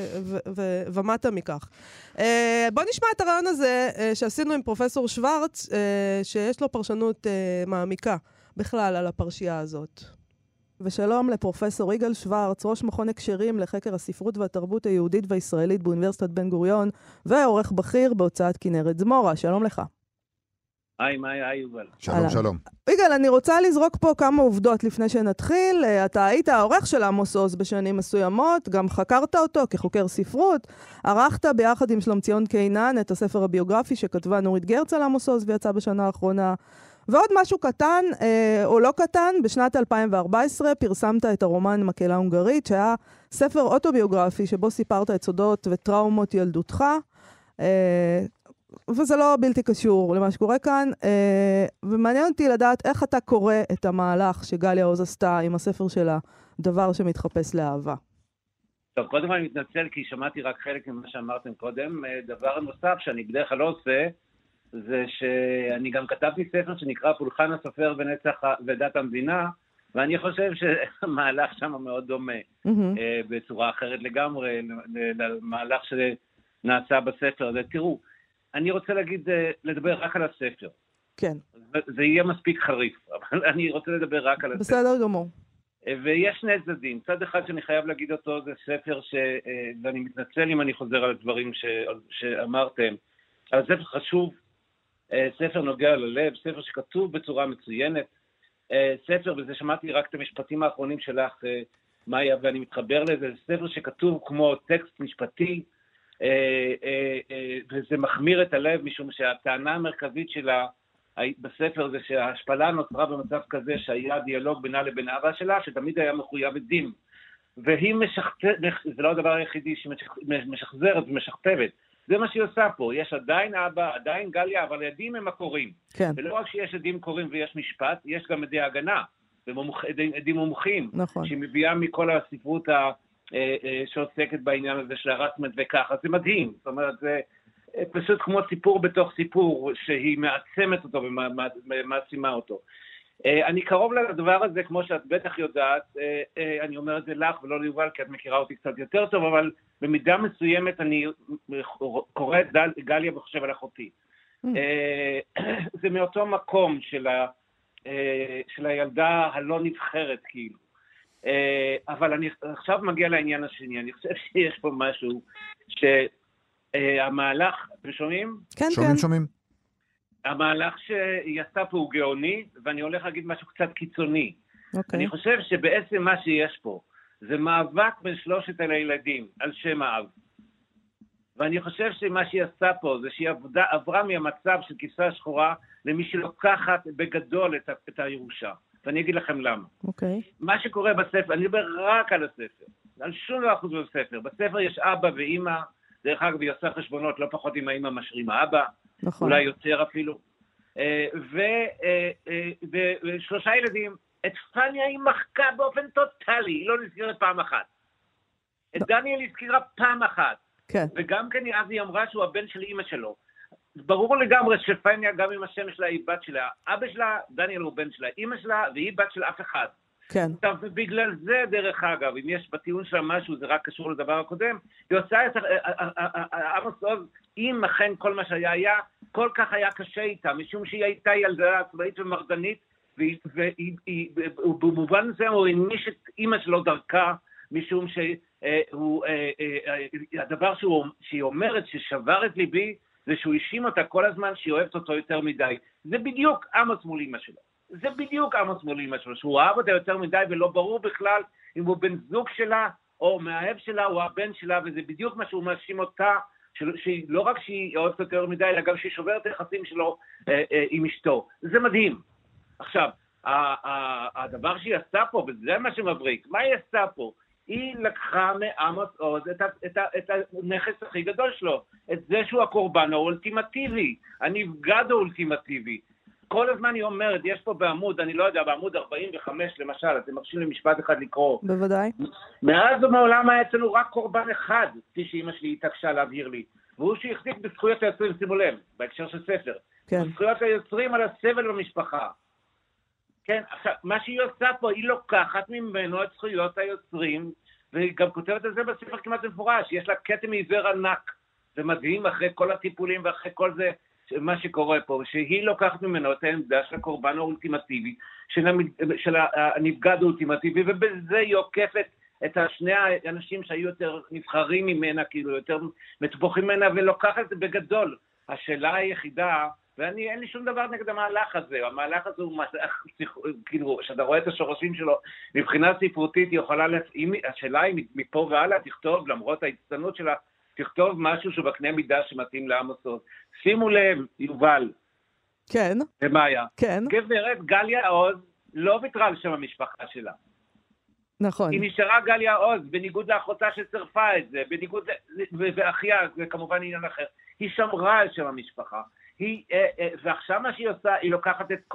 ומטה מכך. בוא נשמע את הרעיון הזה שעשינו עם פרופסור שוורץ, שיש לו פרשנות מעמיקה בכלל על הפרשייה הזאת. ושלום לפרופסור יגאל שוורץ, ראש מכון הקשרים לחקר הספרות והתרבות היהודית והישראלית באוניברסיטת בן גוריון, ועורך בכיר בהוצאת כנרת זמורה. שלום לך. היי, יובל. שלום, שלום. יגאל, אני רוצה לזרוק פה כמה עובדות לפני שנתחיל. אתה היית העורך של עמוס עוז בשנים מסוימות, גם חקרת אותו כחוקר ספרות, ערכת ביחד עם שלומציון קינן את הספר הביוגרפי שכתבה נורית גרץ על עמוס עוז ויצא בשנה האחרונה. ועוד משהו קטן, או לא קטן, בשנת 2014 פרסמת את הרומן מקהלה הונגרית, שהיה ספר אוטוביוגרפי שבו סיפרת את סודות וטראומות ילדותך, וזה לא בלתי קשור למה שקורה כאן, ומעניין אותי לדעת איך אתה קורא את המהלך שגליה עוז עשתה עם הספר שלה, דבר שמתחפש לאהבה. טוב, קודם אני מתנצל כי שמעתי רק חלק ממה שאמרתם קודם. דבר נוסף שאני בדרך כלל לא עושה, זה שאני גם כתבתי ספר שנקרא פולחן הסופר ונצח ודת המדינה, ואני חושב שהמהלך שם מאוד דומה, בצורה אחרת לגמרי, למהלך שנעשה בספר הזה. תראו, אני רוצה לדבר רק על הספר. כן. זה יהיה מספיק חריף, אבל אני רוצה לדבר רק על הספר. בסדר גמור. ויש שני צדדים. צד אחד שאני חייב להגיד אותו, זה ספר ואני מתנצל אם אני חוזר על הדברים שאמרתם, אבל ספר חשוב, ספר נוגע ללב, ספר שכתוב בצורה מצוינת, ספר, וזה שמעתי רק את המשפטים האחרונים שלך, מאיה, ואני מתחבר לזה, זה ספר שכתוב כמו טקסט משפטי, וזה מחמיר את הלב, משום שהטענה המרכזית שלה בספר זה שההשפלה נוצרה במצב כזה שהיה דיאלוג בינה לבין אבא שלה, שתמיד היה מחויב עדים. והיא זה לא הדבר היחידי שמשחזרת ומשכתבת. זה מה שהיא עושה פה. יש עדיין אבא, עדיין גליה, אבל עדים הם הקוראים. כן. ולא רק שיש עדים קוראים ויש משפט, יש גם עדי הגנה, עדים מומחים. נכון. שהיא מביאה מכל הספרות שעוסקת בעניין הזה של הרסמנט וככה. זה מדהים. זאת אומרת, זה פשוט כמו סיפור בתוך סיפור, שהיא מעצמת אותו ומעצימה אותו. אני קרוב לדבר הזה, כמו שאת בטח יודעת, אני אומר את זה לך ולא ליובל, כי את מכירה אותי קצת יותר טוב, אבל במידה מסוימת אני קורא את גליה וחושב על אחותי. זה מאותו מקום של הילדה הלא נבחרת, כאילו. אבל אני עכשיו מגיע לעניין השני, אני חושב שיש פה משהו שהמהלך, אתם שומעים? כן, שומעים, כן. שומעים. המהלך שהיא עשתה פה הוא גאוני, ואני הולך להגיד משהו קצת קיצוני. אוקיי. אני חושב שבעצם מה שיש פה, זה מאבק בין שלושת הילדים על שם האב. ואני חושב שמה שהיא עשתה פה, זה שהיא עברה מהמצב של כיסה שחורה, למי שלוקחת בגדול את הירושה. ואני אגיד לכם למה. אוקיי. מה שקורה בספר, אני מדבר רק על הספר, על שום דבר חוץ בספר. בספר יש אבא ואמא, דרך אגב, היא עושה חשבונות, לא פחות עם האמא משרימה אבא, נכון. אולי יותר אפילו. ושלושה ילדים, את פניה היא מחקה באופן טוטלי, היא לא נזכרת פעם אחת. את דניאל הזכירה פעם אחת. כן. וגם כן אז היא אמרה שהוא הבן של אמא שלו. ברור לגמרי שפניה, גם עם השם שלה, היא בת שלה. אבא שלה, דניאל הוא בן שלה, אמא שלה, והיא בת של אף אחד. כן. עכשיו, בגלל זה, דרך אגב, אם יש בטיעון שלה משהו, זה רק קשור לדבר הקודם, היא עושה את עמוס עוז, אם אכן כל מה שהיה, כל כך היה קשה איתה, משום שהיא הייתה ילדה עצמאית ומרדנית, ובמובן זה הוא הניש את אמא שלו דרכה, משום שהדבר שהיא אומרת ששבר את ליבי, זה שהוא האשים אותה כל הזמן שהיא אוהבת אותו יותר מדי. זה בדיוק עמוס מול אמא שלו. זה בדיוק עמוס מול אמא שלו, שהוא אהב אותה יותר מדי ולא ברור בכלל אם הוא בן זוג שלה או מאהב שלה או הבן שלה, וזה בדיוק מה שהוא מאשים אותה, שלא רק שהיא אוהבת יותר מדי, אלא גם שהיא שוברת את היחסים שלו עם אשתו. זה מדהים. עכשיו, הדבר שהיא עשתה פה, וזה מה שמבריק, מה היא עשתה פה? היא לקחה מעמוס עוז את הנכס הכי גדול שלו, את זה שהוא הקורבן האולטימטיבי, הנבגד האולטימטיבי. כל הזמן היא אומרת, יש פה בעמוד, אני לא יודע, בעמוד 45 למשל, אתם מרשים לי משפט אחד לקרוא. בוודאי. מאז ומעולם היה אצלנו רק קורבן אחד, כפי שאמא שלי התעקשה להבהיר לי, והוא שהחזיק בזכויות היוצרים, שימו לב, בהקשר של ספר. כן. בזכויות היוצרים על הסבל במשפחה. כן, עכשיו, מה שהיא עושה פה, היא לוקחת ממנו את זכויות היוצרים, והיא גם כותבת על זה בספר כמעט מפורש, יש לה כתם עיוור ענק, זה מדהים אחרי כל הטיפולים ואחרי כל זה, מה שקורה פה, שהיא לוקחת ממנו את העמדה של הקורבן האולטימטיבי, של הנבגד האולטימטיבי, ובזה היא עוקפת את שני האנשים שהיו יותר נבחרים ממנה, כאילו יותר מטבוחים ממנה, ולוקחת את זה בגדול. השאלה היחידה, ואני אין לי שום דבר נגד המהלך הזה, המהלך הזה הוא כאילו, שאתה רואה את השורשים שלו, מבחינה ספרותית היא יכולה, השאלה היא מפה והלאה תכתוב, למרות ההצטנות שלה, תכתוב משהו שבקנה מידה שמתאים לעמוס עוז. שימו לב, יובל. כן. ומאיה. כן. גברת גליה עוז לא ויתרה על שם המשפחה שלה. נכון. היא נשארה גליה עוז, בניגוד לאחותה שצרפה את זה, בניגוד, ואחיה, זה כמובן עניין אחר. היא שמרה על שם המשפחה. ועכשיו מה שהיא עושה, היא לוקחת את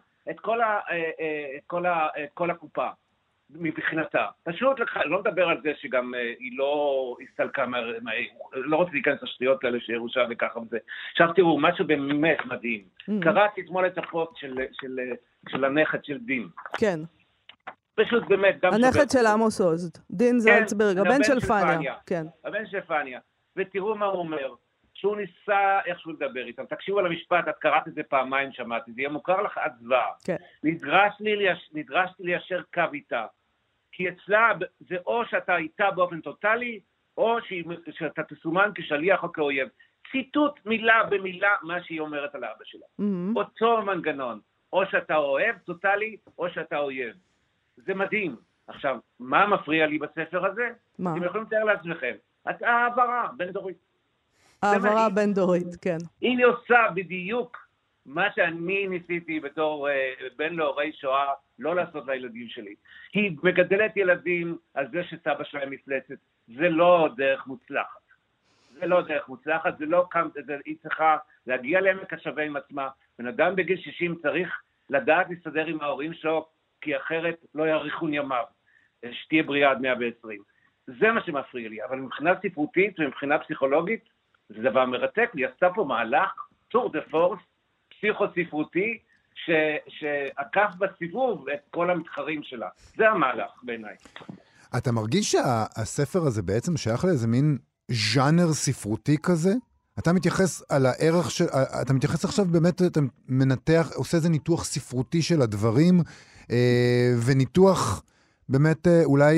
כל הקופה. מבחינתה. פשוט לא מדבר על זה שגם היא לא הסתלקה, לא רוצה להיכנס לשטויות כאלה שירושה וככה וזה. עכשיו תראו, משהו באמת מדהים. קראתי אתמול את הפוסט של הנכד של דין. כן. פשוט באמת גם הנכד של עמוס עוז, דין זלצברג, הבן של פניה. כן. הבן של פניה. ותראו מה הוא אומר. שהוא ניסה איכשהו לדבר איתם. תקשיבו על המשפט, את קראת את זה פעמיים, שמעתי, זה יהיה מוכר לך עד זוועה. כן. נדרשתי ליישר קו איתה. כי אצלה זה או שאתה איתה באופן טוטלי, או שאתה תסומן כשליח או כאויב. ציטוט מילה במילה מה שהיא אומרת על האבא שלה. אותו מנגנון. או שאתה אוהב טוטלי, או שאתה אויב. זה מדהים. עכשיו, מה מפריע לי בספר הזה? מה? אתם יכולים לתאר לעצמכם. העברה בין דורית. העברה בין דורית, כן. היא עושה בדיוק מה שאני ניסיתי בתור בן להורי שואה לא לעשות לילדים שלי. היא מגדלת ילדים על זה שסבא שלהם מפלצת. זה לא דרך מוצלחת. זה לא דרך מוצלחת, זה לא קם, היא צריכה להגיע לעמק השווה עם עצמה. בן אדם בגיל 60 צריך לדעת להסתדר עם ההורים שלו, כי אחרת לא יאריכון ימיו. שתהיה בריאה עד 120. זה מה שמפריע לי. אבל מבחינה ספרותית ומבחינה פסיכולוגית, זה דבר מרתק, היא עשתה פה מהלך, טור דה פורס, פסיכו-ספרותי, שעקף בסיבוב את כל המתחרים שלה. זה המהלך בעיניי. אתה מרגיש שהספר הזה בעצם שייך לאיזה מין ז'אנר ספרותי כזה? אתה מתייחס על הערך של, אתה מתייחס עכשיו באמת, אתה מנתח, עושה איזה ניתוח ספרותי של הדברים, וניתוח באמת אולי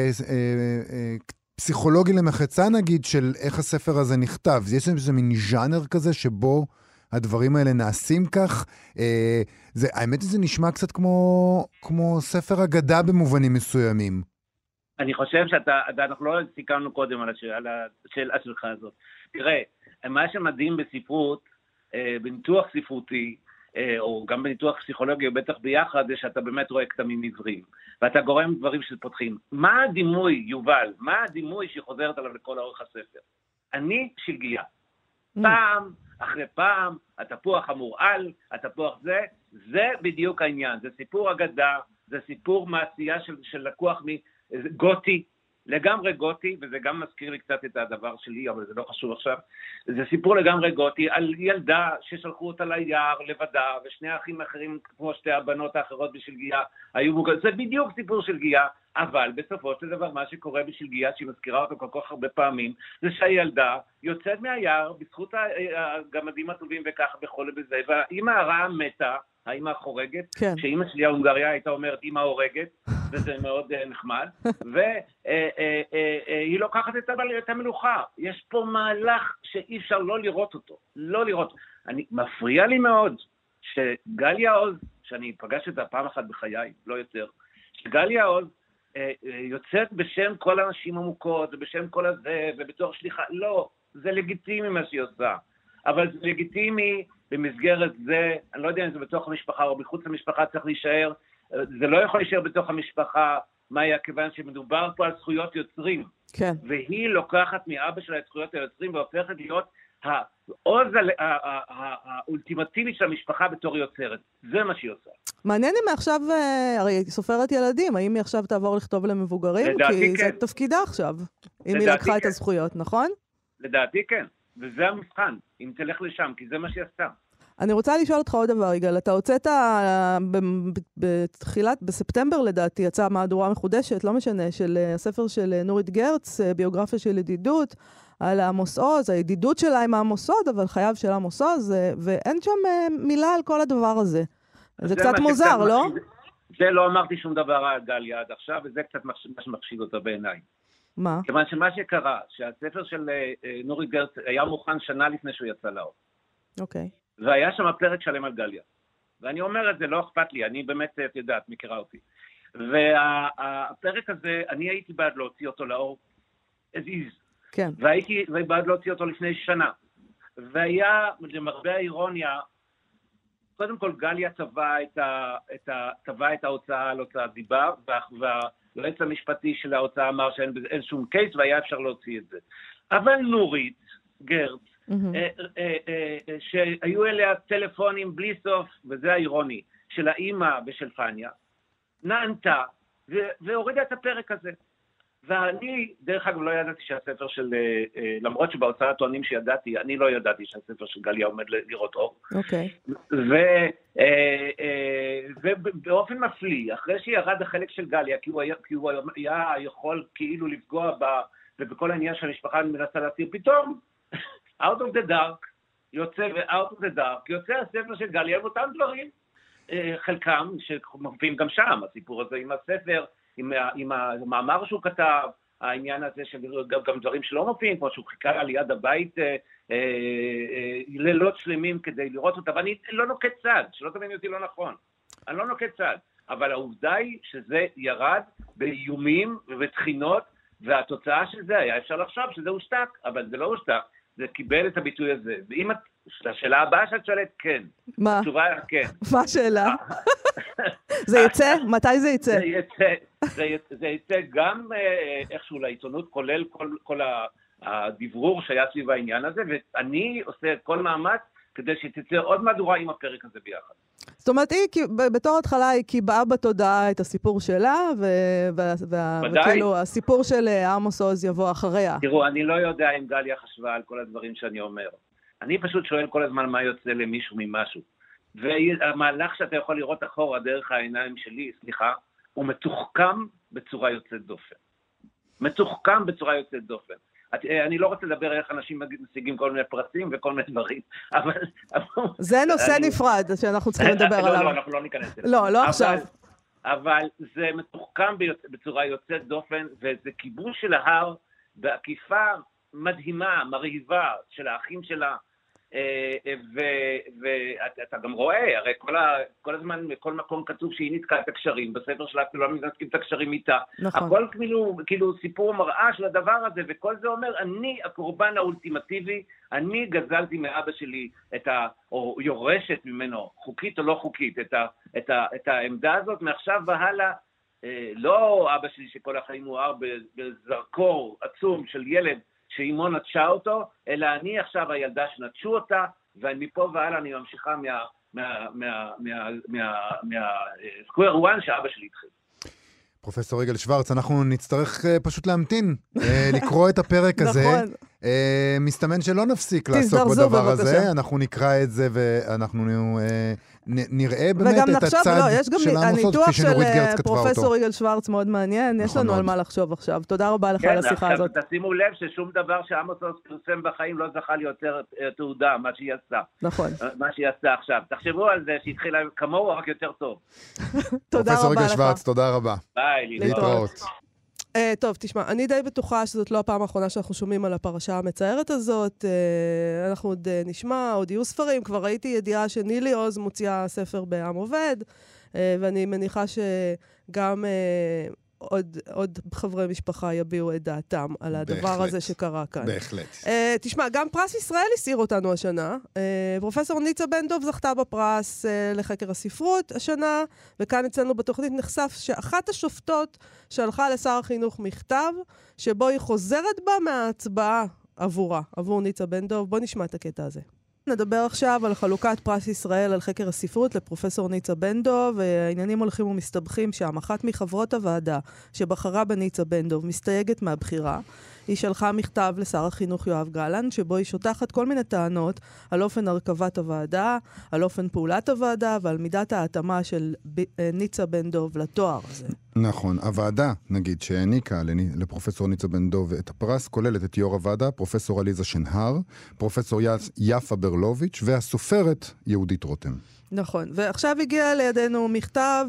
פסיכולוגי למחצה נגיד, של איך הספר הזה נכתב. יש איזה מין ז'אנר כזה שבו הדברים האלה נעשים כך. האמת זה נשמע קצת כמו ספר אגדה במובנים מסוימים. אני חושב שאנחנו לא סיכמנו קודם על השאלה שלך הזאת. תראה, מה שמדהים בספרות, בניתוח ספרותי, או גם בניתוח פסיכולוגי, או בטח ביחד, זה שאתה באמת רואה כתמים עבריים, ואתה גורם דברים שפותחים. מה הדימוי, יובל? מה הדימוי שחוזרת עליו לכל אורך הספר? אני שלגיה. פעם אחרי פעם, התפוח המורעל, התפוח זה בדיוק העניין. זה סיפור אגדה, זה סיפור מעשייה של לקוח גותי, לגמרי גותי, וזה גם מזכיר לי קצת את הדבר שלי, אבל זה לא חשוב עכשיו, זה סיפור לגמרי גותי על ילדה ששלחו אותה ליער לבדה, ושני האחים האחרים, כמו שתי הבנות האחרות בשל גיאה, היו מוגעים, זה בדיוק סיפור של גיאה, אבל בסופו של דבר מה שקורה בשל גיאה, שהיא מזכירה אותו כל כך הרבה פעמים, זה שהילדה יוצאת מהיער, בזכות הגמדים הטובים וככה בכל בזה, והאמא הרעה מתה, האמא החורגת, כן. שאמא שלי ההונגריה הייתה אומרת אמא הורגת, וזה מאוד נחמד, והיא לוקחת את המלוכה. יש פה מהלך שאי אפשר לא לראות אותו, לא לראות. מפריע לי מאוד שגליה עוז, שאני פגש אותה פעם אחת בחיי, לא יותר, שגליה עוז יוצאת בשם כל הנשים המוכות, ובשם כל הזה, ובתור שליחה, לא, זה לגיטימי מה שהיא עושה, אבל זה לגיטימי במסגרת זה, אני לא יודע אם זה בתוך המשפחה או מחוץ למשפחה צריך להישאר, זה לא יכול להישאר בתוך המשפחה, מה היה כיוון שמדובר פה על זכויות יוצרים, כן. והיא לוקחת מאבא שלה את זכויות היוצרים והופכת להיות העוז האולטימטיבי של המשפחה בתור יוצרת. זה מה שהיא עושה. מעניין אם עכשיו, הרי היא סופרת ילדים, האם היא עכשיו תעבור לכתוב למבוגרים? לדעתי כי כן. זה תפקידה עכשיו, אם היא לקחה את הזכויות, נכון? לדעתי כן, וזה המבחן, אם תלך לשם, כי זה מה שהיא עשתה. אני רוצה לשאול אותך עוד דבר, יגאל. אתה הוצאת בספטמבר לדעתי, יצאה מהדורה מחודשת, לא משנה, של הספר של נורית גרץ, ביוגרפיה של ידידות, על עמוס עוז, הידידות שלה עם עמוס עוז, אבל חייו של עמוס עוז, ואין שם מילה על כל הדבר הזה. זה קצת מוזר, לא? זה לא אמרתי שום דבר על גליה עד עכשיו, וזה קצת מה שמחשיד אותה בעיניי. מה? כיוון שמה שקרה, שהספר של נורית גרץ היה מוכן שנה לפני שהוא יצא לאור. אוקיי. והיה שם פרק שלם על גליה. ואני אומר את זה, לא אכפת לי, אני באמת, את יודעת, מכירה אותי. והפרק הזה, אני הייתי בעד להוציא אותו לאור, as is. כן. והייתי בעד להוציא אותו לפני שנה. והיה, למרבה האירוניה, קודם כל גליה טבעה את ההוצאה על הוצאת דיבה, והיועץ המשפטי של ההוצאה אמר שאין שום קייס, והיה אפשר להוציא את זה. אבל נורית גרץ, שהיו אליה טלפונים בלי סוף, וזה האירוני, של האמא ושל פניה, נענתה והורידה את הפרק הזה. ואני, דרך אגב, לא ידעתי שהספר של, למרות שבהוצאה טוענים שידעתי, אני לא ידעתי שהספר של גליה עומד לראות אור. אוקיי. ובאופן מפליא, אחרי שירד החלק של גליה, כי הוא היה יכול כאילו לפגוע ובכל העניין של המשפחה אני מנסה להסיר, פתאום, out of the dark, יוצא הספר של גליה, עם אותם דברים, חלקם שמופיעים גם שם, הסיפור הזה עם הספר, עם המאמר שהוא כתב, העניין הזה גם דברים שלא מופיעים, כמו שהוא חיכה על יד הבית לילות שלמים כדי לראות אותה, ואני לא נוקט צד, שלא תבין אותי לא נכון, אני לא נוקט צד, אבל העובדה היא שזה ירד באיומים ובתחינות, והתוצאה של זה היה אפשר לחשוב שזה הושתק, אבל זה לא הושתק, זה קיבל את הביטוי הזה. ואם השאלה הבאה שאת שואלת, כן. מה? התשובה היה כן. מה השאלה? זה יצא? מתי זה יצא? זה יצא גם איכשהו לעיתונות, כולל כל הדברור שהיה סביב העניין הזה, ואני עושה כל מאמץ כדי שתצא עוד מהדורה עם הפרק הזה ביחד. זאת אומרת, בתור התחלה היא קיבעה בתודעה את הסיפור שלה, וכאילו הסיפור של עמוס עוז יבוא אחריה. תראו, אני לא יודע אם גליה חשבה על כל הדברים שאני אומר. אני פשוט שואל כל הזמן מה יוצא למישהו ממשהו. והמהלך שאתה יכול לראות אחורה דרך העיניים שלי, סליחה, הוא מתוחכם בצורה יוצאת דופן. מתוחכם בצורה יוצאת דופן. אני לא רוצה לדבר איך אנשים משיגים כל מיני פרסים וכל מיני דברים, אבל... זה נושא נפרד שאנחנו צריכים לדבר עליו. לא, אנחנו לא ניכנס לזה. לא עכשיו. אבל זה מתוחכם בצורה יוצאת דופן, וזה כיבוש של ההר בעקיפה מדהימה, מרהיבה של האחים שלה, ואתה גם רואה, הרי כל הזמן, בכל מקום כתוב שהיא נתקעה את הקשרים, בספר שלה אפילו לא מנתקים את הקשרים איתה. נכון. הכל כאילו סיפור מראה של הדבר הזה, וכל זה אומר, אני הקורבן האולטימטיבי, אני גזלתי מאבא שלי או יורשת ממנו, חוקית או לא חוקית, את העמדה הזאת, מעכשיו והלאה, לא אבא שלי שכל החיים מואר בזרקור עצום של ילד, שאימו נטשה אותו, אלא אני עכשיו הילדה שנטשו אותה, ומפה והלאה אני ממשיכה מהסקוואר וואן שאבא שלי התחיל. פרופסור יגאל שוורץ, אנחנו נצטרך פשוט להמתין, לקרוא את הפרק הזה. נכון. מסתמן שלא נפסיק לעסוק בדבר הזה, אנחנו נקרא את זה ואנחנו נראה באמת את הצד של המוסדות, כפי שנורית גרץ כתבה אותו. פרופסור יגאל שוורץ מאוד מעניין, יש לנו על מה לחשוב עכשיו. תודה רבה לך על השיחה הזאת. כן, תשימו לב ששום דבר שעמוס עוז פרסם בחיים לא זכה לי יותר תעודה, מה שהיא עשתה. נכון. מה שהיא עשתה עכשיו. תחשבו על זה שהתחילה כמוהו, רק יותר טוב. תודה רבה לך. פרופסור יגאל שוורץ, תודה רבה. ביי, להתראות. טוב, תשמע, אני די בטוחה שזאת לא הפעם האחרונה שאנחנו שומעים על הפרשה המצערת הזאת. אנחנו עוד נשמע, עוד יהיו ספרים. כבר ראיתי ידיעה שנילי עוז מוציאה ספר בעם עובד, ואני מניחה שגם עוד חברי משפחה יביעו את דעתם על הדבר הזה שקרה כאן. בהחלט. תשמע, גם פרס ישראל הסיר אותנו השנה. פרופסור ניצה בן דוב זכתה בפרס לחקר הספרות השנה, וכאן אצלנו בתוכנית נחשף שאחת השופטות שלחה לשר החינוך מכתב, שבו היא חוזרת בה מההצבעה עבור ניצה בן דוב. בוא נשמע את הקטע הזה. נדבר עכשיו על חלוקת פרס ישראל על חקר הספרות לפרופסור ניצה בן דוב, והעניינים הולכים ומסתבכים שם. אחת מחברות הוועדה שבחרה בניצה בן דוב מסתייגת מהבחירה. היא שלחה מכתב לשר החינוך יואב גלנט, שבו היא שוטחת כל מיני טענות על אופן הרכבת הוועדה, על אופן פעולת הוועדה ועל מידת ההתאמה של ניצה בן דוב לתואר הזה. נכון. הוועדה, נגיד, שהעניקה לפרופסור ניצה בן דוב את הפרס, כוללת את יו"ר הוועדה, פרופסור עליזה שנהר, פרופסור יפה ברלוביץ' והסופרת יהודית רותם. נכון, ועכשיו הגיע לידינו מכתב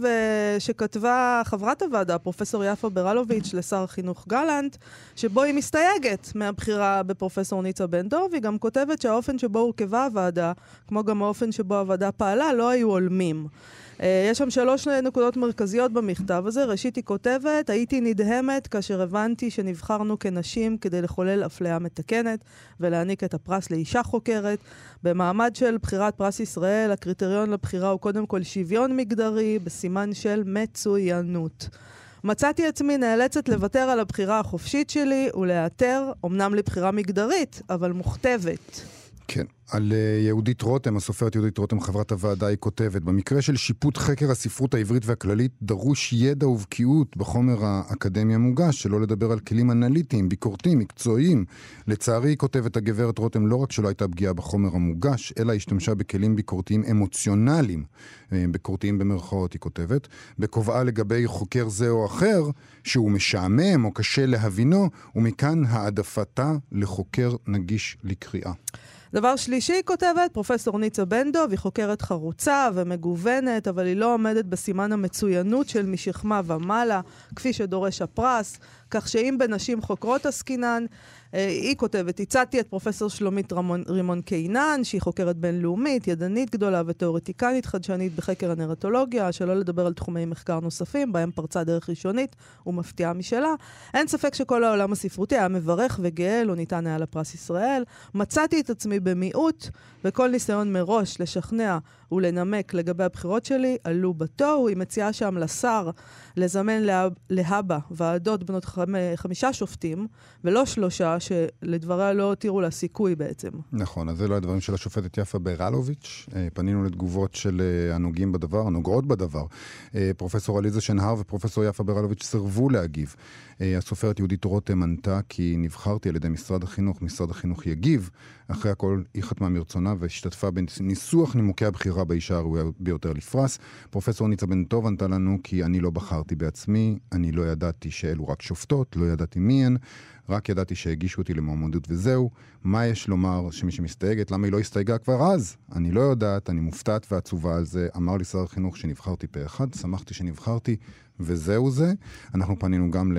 שכתבה חברת הוועדה, פרופסור יפה ברלוביץ' לשר החינוך גלנט, שבו היא מסתייגת מהבחירה בפרופסור ניצה בן דוב. היא גם כותבת שהאופן שבו הורכבה הוועדה, כמו גם האופן שבו הוועדה פעלה, לא היו הולמים. יש שם 3 נקודות מרכזיות במכתב הזה. ראשית היא כותבת, הייתי נדהמת כאשר הבנתי שנבחרנו כנשים כדי לחולל אפליה מתקנת ולהעניק את הפרס לאישה חוקרת. במעמד של בחירת פרס ישראל, הקריטריון לבחירה הוא קודם כל שוויון מגדרי בסימן של מצוינות. מצאתי עצמי נאלצת לוותר על הבחירה החופשית שלי ולהיעתר, אמנם לבחירה מגדרית, אבל מוכתבת. כן. על יהודית רותם, הסופרת יהודית רותם, חברת הוועדה, היא כותבת, במקרה של שיפוט חקר הספרות העברית והכללית, דרוש ידע ובקיאות בחומר האקדמי המוגש, שלא לדבר על כלים אנליטיים, ביקורתיים, מקצועיים. לצערי, היא כותבת הגברת רותם, לא רק שלא הייתה פגיעה בחומר המוגש, אלא השתמשה בכלים ביקורתיים אמוציונליים, ביקורתיים במרכאות, היא כותבת, בקובעה לגבי חוקר זה או אחר, שהוא משעמם או קשה להבינו, ומכאן העדפתה לחוקר נגיש לקריאה. דבר שלישי, היא כותבת, פרופסור ניצה בן דוב, היא חוקרת חרוצה ומגוונת, אבל היא לא עומדת בסימן המצוינות של משכמה ומעלה, כפי שדורש הפרס, כך שאם בנשים חוקרות עסקינן, היא כותבת, הצעתי את פרופסור שלומית רימון קינן, שהיא חוקרת בינלאומית, ידנית גדולה ותיאורטיקנית חדשנית בחקר הנרטולוגיה, שלא לדבר על תחומי מחקר נוספים, בהם פרצה דרך ראשונית ומפתיעה משלה. אין ספק שכל העולם הספרותי היה מברך וגאה, לא ניתן היה לפרס ישראל. מצאתי את עצמי במיעוט, וכל ניסיון מראש לשכנע ולנמק לגבי הבחירות שלי, עלו בתוהו. היא מציעה שם לשר לזמן להבא ועדות בנות 5 שופטים, ולא 3, שלדבריה לא הותירו לה סיכוי בעצם. נכון, אז זה לא הדברים של השופטת יפה ברלוביץ'. פנינו לתגובות של הנוגעים בדבר, הנוגעות בדבר. פרופסור עליזה שנהר ופרופסור יפה ברלוביץ' סרבו להגיב. הסופרת יהודית רותם ענתה כי נבחרתי על ידי משרד החינוך, משרד החינוך יגיב. אחרי הכל היא חתמה מרצונה והשתתפה בניסוח נימוקי הבחירה באישה הראויה ביותר לפרס. פרופסור ניצה בן דוב ענתה לנו כי אני לא בחרתי בעצמי, אני לא ידעתי שאלו רק שופטות, לא ידעתי מי הן, רק ידעתי שהגישו אותי למועמדות וזהו. מה יש לומר שמי שמסתייגת? למה היא לא הסתייגה כבר אז? אני לא יודעת, אני מופתעת ועצובה על זה. אמר לי שר החינוך שנבחרתי פה אחד, שמחתי שנבחרתי וזהו זה. אנחנו פנינו גם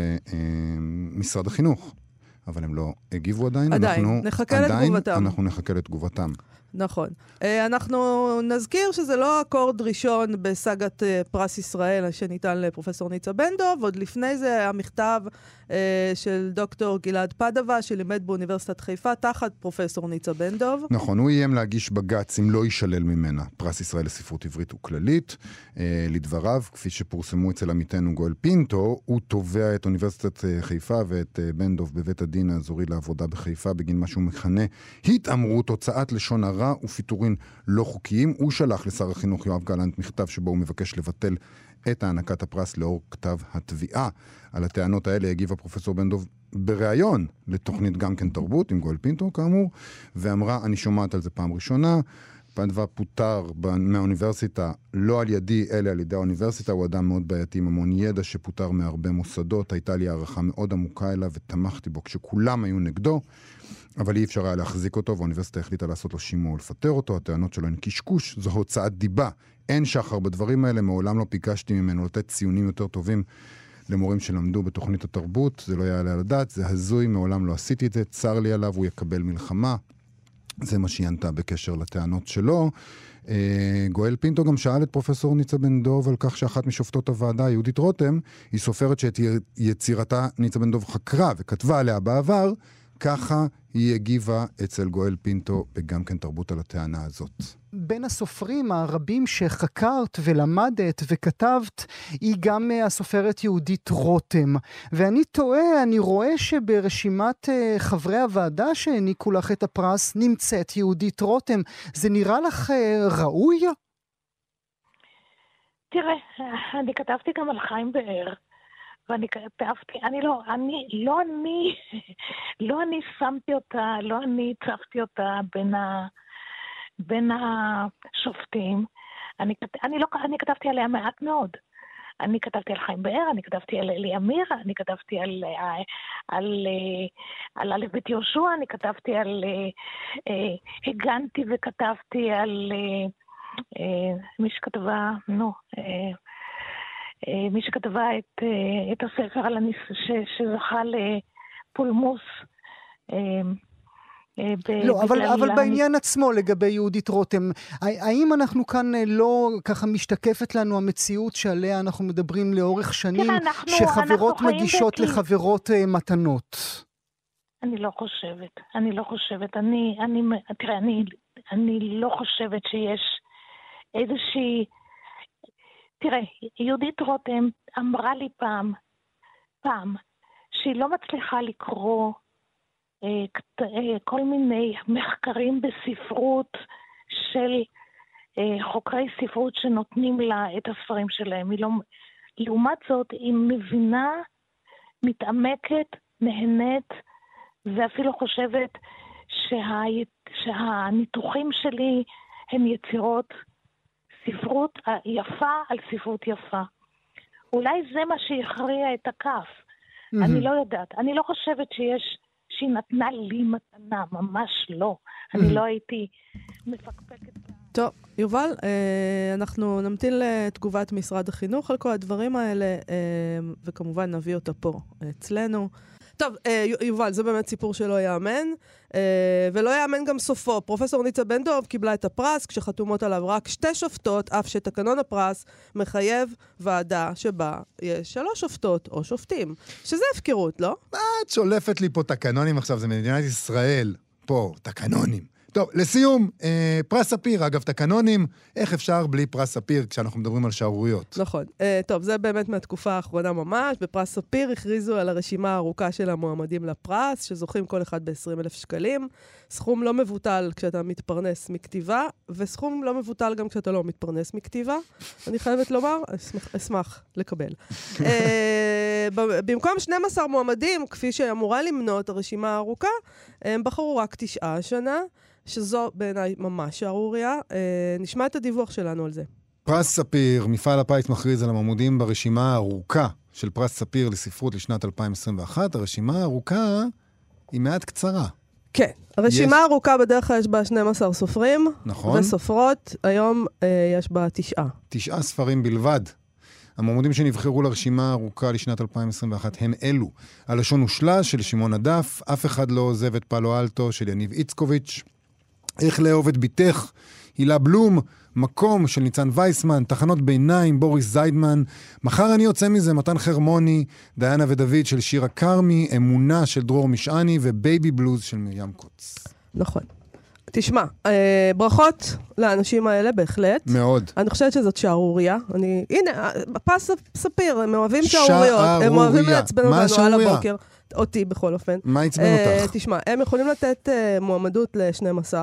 למשרד החינוך, אבל הם לא הגיבו עדיין. נחכה לתגובתם. אנחנו נחכה לתגובתם. נכון. אנחנו נזכיר שזה לא אקורד ראשון בסגת פרס ישראל שניתן לפרופסור ניצה בן דוב, עוד לפני זה המכתב של דוקטור גלעד פדווה, שלימד באוניברסיטת חיפה תחת פרופסור ניצה בן דוב. נכון, הוא איים להגיש בג"ץ אם לא יישלל ממנה פרס ישראל לספרות עברית וכללית. לדבריו, כפי שפורסמו אצל עמיתנו גואל פינטו, הוא תובע את אוניברסיטת חיפה ואת בן דוב בבית הדין האזורי לעבודה בחיפה בגין מה שהוא מכנה התאמרות, הוצאת לשון הרע ופיטורין לא חוקיים. הוא שלח לשר החינוך יואב גלנט מכתב שבו הוא מבקש לבטל את הענקת הפרס לאור כתב התביעה. על הטענות האלה הגיבה פרופסור בן דב בריאיון לתוכנית גם כן תרבות עם גואל פינטו כאמור, ואמרה, אני שומעת על זה פעם ראשונה, פנדווה פוטר מהאוניברסיטה, לא על ידי, אלא על ידי האוניברסיטה, הוא אדם מאוד בעייתי עם המון ידע שפוטר מהרבה מוסדות, הייתה לי הערכה מאוד עמוקה אליו ותמכתי בו כשכולם היו נגדו, אבל אי אפשר היה להחזיק אותו, והאוניברסיטה החליטה לעשות לו שימוע ולפטר אותו, הטענות שלו הן קשקוש, זו הוצאת דיבה, אין שחר בדברים האלה, מעולם לא ביקשתי ממנו לתת ציונים יותר טובים למורים שלמדו בתוכנית התרבות, זה לא יעלה על הדעת, זה הזוי, מעולם לא עשיתי את זה, צר לי עליו, הוא יקבל מלחמה, זה מה שענתה בקשר לטענות שלו. גואל פינטו גם שאל את פרופסור ניצה בן דב על כך שאחת משופטות הוועדה, יהודית רותם, היא סופרת שאת יצירתה ניצה בן דב חקרה וכתבה עליה בעבר, ככה היא הגיבה אצל גואל פינטו וגם כן תרבות על הטענה הזאת. בין הסופרים הרבים שחקרת ולמדת וכתבת, היא גם הסופרת יהודית רותם. ואני טועה, אני רואה שברשימת חברי הוועדה שהעניקו לך את הפרס נמצאת יהודית רותם. זה נראה לך ראוי? תראה, אני כתבתי גם על חיים באר. ואני כתבתי, לא אני שמתי אותה, לא אני צפתי אותה בין השופטים. אני כתבתי עליה מעט מאוד. אני כתבתי על חיים באר, אני כתבתי על אלי אמיר, אני כתבתי על א' בית יהושע, אני כתבתי על, הגנתי וכתבתי על מי שכתבה, מי שכתבה את הספר על שזכה לפולמוס. לא, אבל בעניין עצמו לגבי יהודית רותם, האם אנחנו כאן לא ככה משתקפת לנו המציאות שעליה אנחנו מדברים לאורך שנים, שחברות מגישות לחברות מתנות? אני לא חושבת. תראה, אני לא חושבת שיש איזושהי... תראה, יהודית רותם אמרה לי פעם, שהיא לא מצליחה לקרוא כל מיני מחקרים בספרות של חוקרי ספרות שנותנים לה את הספרים שלהם. לעומת זאת, היא מבינה, מתעמקת, נהנית, ואפילו חושבת שהניתוחים שלי הם יצירות ספרות יפה על ספרות יפה. אולי זה מה שיכריע את הכף. אני לא יודעת. אני לא חושבת שהיא נתנה לי מתנה, ממש לא. אני לא הייתי מפקפקת. טוב, יובל, אנחנו נמתין לתגובת משרד החינוך על כל הדברים האלה, וכמובן נביא אותה פה אצלנו. טוב, יובל, זה באמת סיפור שלא יאמן, ולא יאמן גם סופו. פרופסור ניצה בן דב קיבלה את הפרס כשחתומות עליו רק 2 שופטות, אף שתקנון הפרס מחייב ועדה שבה יש 3 שופטות או שופטים, שזה הפקרות, לא? את שולפת לי פה תקנונים עכשיו, זה מדינת ישראל, פה, תקנונים. טוב, לסיום, פרס ספיר, אגב, תקנונים, איך אפשר בלי פרס ספיר כשאנחנו מדברים על שערוריות? נכון. טוב, זה באמת מהתקופה האחרונה ממש. בפרס ספיר הכריזו על הרשימה הארוכה של המועמדים לפרס, שזוכים כל אחד ב-20,000 שקלים. סכום לא מבוטל כשאתה מתפרנס מכתיבה, וסכום לא מבוטל גם כשאתה לא מתפרנס מכתיבה. אני חייבת לומר, אשמח לקבל. במקום 12 מועמדים, כפי שאמורה למנות הרשימה הארוכה, הם בחרו רק 9 השנה. שזו בעיניי ממש שערוריה. נשמע את הדיווח שלנו על זה. פרס ספיר, מפעל הפיס מכריז על המועמדים ברשימה הארוכה של פרס ספיר לספרות לשנת 2021. הרשימה הארוכה היא מעט קצרה. כן, הרשימה הארוכה בדרך כלל יש בה 12 סופרים. נכון. וסופרות, היום יש בה 9. 9 ספרים בלבד. המועמדים שנבחרו לרשימה הארוכה לשנת 2021 הם אלו. הלשון ושלש של שמעון הדף, אף אחד לא עוזב את פאלו אלטו של יניב איצקוביץ', איך לאהוב את ביתך, הילה בלום, מקום של ניצן וייסמן, תחנות ביניים, בוריס זיידמן, מחר אני יוצא מזה, מתן חרמוני, דיינה ודוד של שירה קרמי, אמונה של דרור משעני ובייבי בלוז של מרים קוץ. נכון. תשמע, ברכות לאנשים האלה בהחלט. מאוד. אני חושבת שזאת שערוריה. הנה, פס ספיר, הם אוהבים שערוריות. הם אוהבים לעצבן אותנו על הבוקר. אותי בכל אופן. מה עצבן אותך? תשמע, הם יכולים לתת מועמדות ל-12,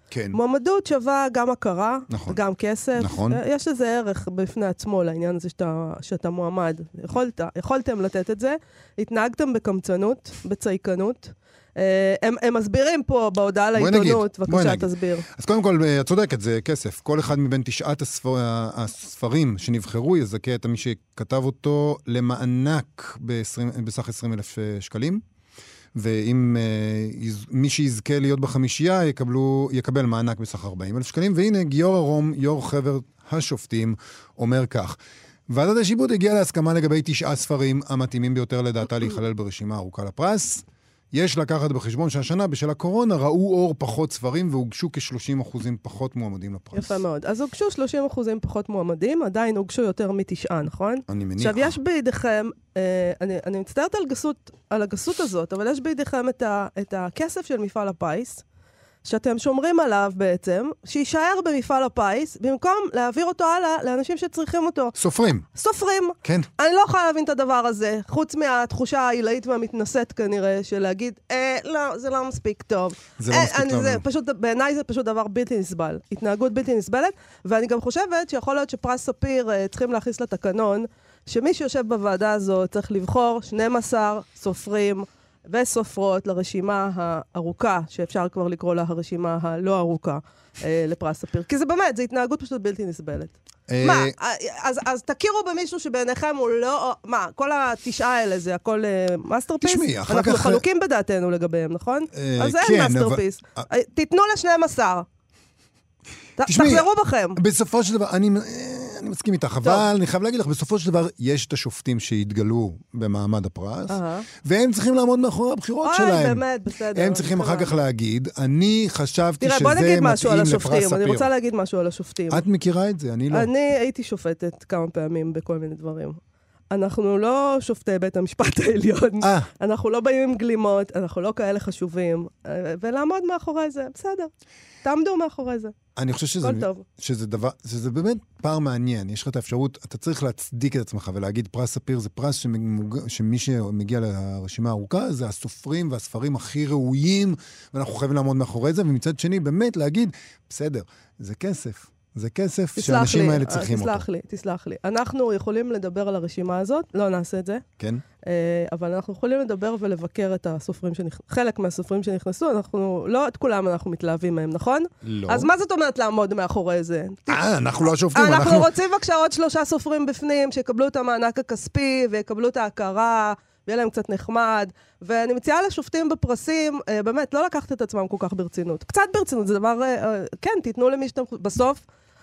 כן. מועמדות שווה גם הכרה, נכון. גם כסף. נכון. יש לזה ערך בפני עצמו לעניין הזה שאתה מועמד. יכולתם לתת את זה, התנהגתם בקמצנות, בצייקנות. הם מסבירים פה בהודעה לעיתונות, בבקשה תסביר. אז קודם כל, את צודקת, זה כסף. כל אחד מבין 9 הספרים שנבחרו יזכה את מי שכתב אותו למענק בסך 20,000 שקלים, ואם מי שיזכה להיות בחמישייה יקבל מענק בסך 40,000 שקלים, והנה גיורא רום, יו"ר חבר השופטים, אומר כך: ועדת השיבוט הגיעה להסכמה לגבי 9 ספרים המתאימים ביותר לדעתה להיכלל ברשימה ארוכה לפרס. יש לקחת בחשבון שהשנה בשל הקורונה ראו אור פחות ספרים והוגשו כ-30% פחות מועמדים לפרס. יפה מאוד. אז הוגשו 30% פחות מועמדים, עדיין הוגשו יותר מ9, נכון? אני מניח. עכשיו, יש בידיכם, אני מצטערת על הגסות הזאת, אבל יש בידיכם את הכסף של מפעל הפיס, שאתם שומרים עליו בעצם, שישאר במפעל הפיס, במקום להעביר אותו הלאה לאנשים שצריכים אותו. סופרים. סופרים. כן. אני לא יכולה להבין את הדבר הזה, חוץ מהתחושה העילאית והמתנשאת כנראה, של להגיד, לא, זה לא מספיק טוב. זה לא מספיק טוב. בעיניי זה פשוט דבר בלתי נסבל. התנהגות בלתי נסבלת, ואני גם חושבת שיכול להיות שפרס ספיר צריכים להכניס לתקנון, שמי שיושב בוועדה הזו צריך לבחור 12 סופרים, וסופרות לרשימה הארוכה, שאפשר כבר לקרוא לה הרשימה הלא ארוכה, לפרס ספיר. כי זה באמת, זה התנהגות פשוט בלתי נסבלת. מה, אז תכירו במישהו שבעיניכם הוא לא... מה, כל 9 האלה זה הכל מאסטרפיס? תשמעי, אחר כך... אנחנו חלוקים בדעתנו לגביהם, נכון? אז אין מאסטרפיס. תיתנו ל-12. תחזרו בכם. בסופו של דבר, אני מסכים איתך, אבל אני חייב להגיד לך, בסופו של דבר יש את השופטים שהתגלו במעמד הפרס, והם צריכים לעמוד מאחורי הבחירות שלהם. באמת, בסדר. הם צריכים אחר כך להגיד, אני חשבתי שזה תראה, בוא נגיד משהו על מתאים לפרס השופטים. ספיר. אני רוצה להגיד משהו על השופטים. את מכירה את זה, אני לא. אני הייתי שופטת כמה פעמים בכל מיני דברים. אנחנו לא שופטי בית המשפט העליון. אנחנו לא באים עם גלימות, אנחנו לא כאלה חשובים. ולעמוד מאחורי זה, בסדר. תעמדו מאחורי זה. אני חושב שזה באמת פער מעניין. יש לך את האפשרות, אתה צריך להצדיק את עצמך ולהגיד פרס ספיר זה פרס שמי שמגיע לרשימה הארוכה, זה הסופרים והספרים הכי ראויים, ואנחנו חייבים לעמוד מאחורי זה, ומצד שני באמת להגיד, בסדר, זה כסף. זה כסף שהאנשים האלה צריכים אותו. תסלח לי. אנחנו יכולים לדבר על הרשימה הזאת, לא נעשה את זה. כן. אבל אנחנו יכולים לדבר ולבקר את הסופרים חלק מהסופרים שנכנסו, לא את כולם אנחנו מתלהבים מהם, נכון? לא. אז מה זאת אומרת לעמוד מאחורי זה? אנחנו לא השופטים. אנחנו רוצים בבקשה עוד 3 סופרים בפנים, שיקבלו את המענק הכספי, ויקבלו את ההכרה, ויהיה להם קצת נחמד. ואני מציעה לשופטים בפרסים, באמת, לא לקחת את עצמם כל כך ברצינות. קצת ברצינות, זה דבר, כן, תיתנו למי שאתם, בסוף,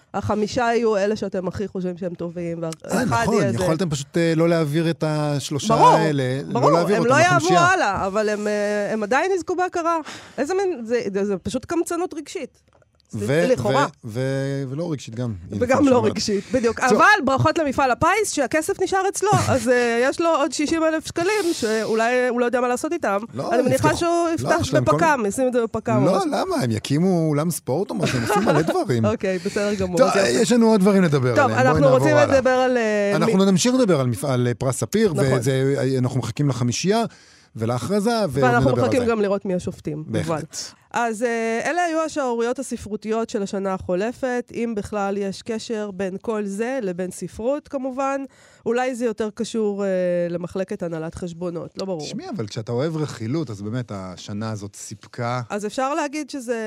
5 יהיו אלה שאתם הכי חושבים שהם טובים, נכון, יכולתם פשוט לא להעביר את 3 האלה, ברור, הם לא יעברו הלאה, אבל הם עדיין יזכו בהכרה. איזה מין, זה פשוט קמצנות רגשית. לכאורה. ולא רגשית גם. וגם לא רגשית, בדיוק. אבל ברכות למפעל הפיס, שהכסף נשאר אצלו, אז יש לו עוד 60,000 שקלים, שאולי הוא לא יודע מה לעשות איתם. אני מניחה שהוא יפתח בפקם, ישים את זה בפקם. לא, למה? הם יקימו אולם ספורט או מה? הם עושים מלא דברים. אוקיי, בסדר גמור. טוב, יש לנו עוד דברים לדבר עליהם. טוב, אנחנו רוצים לדבר על... אנחנו נמשיך לדבר על מפעל פרס ספיר, ואנחנו מחכים לחמישייה. ולהכרזה, ואנחנו מחכים גם לראות מי השופטים. בהחלט. אז אלה היו השערוריות הספרותיות של השנה החולפת, אם בכלל יש קשר בין כל זה לבין ספרות כמובן, אולי זה יותר קשור למחלקת הנהלת חשבונות, לא ברור. תשמעי, אבל כשאתה אוהב רכילות, אז באמת השנה הזאת סיפקה... אז אפשר להגיד שזה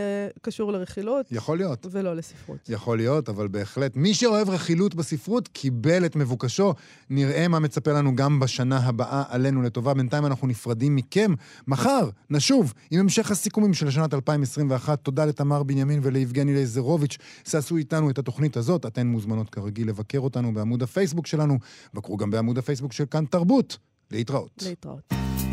קשור לרכילות? יכול להיות. ולא לספרות. יכול להיות, אבל בהחלט, מי שאוהב רכילות בספרות קיבל את מבוקשו. נראה מה מצפה לנו גם בשנה הבאה עלינו לטובה. בינתיים אנחנו נפרדים מכם. מחר נשוב עם המשך הסיכומים של שנת 2021. תודה לתמר בנימין וליבגני לייזרוביץ' שעשו איתנו את התוכנית הזאת. אתן מוזמנות כרגיל לבקר אותנו בעמוד הפייסבוק שלנו. בקרו גם בעמוד הפייסבוק של כאן תרבות. להתראות. להתראות.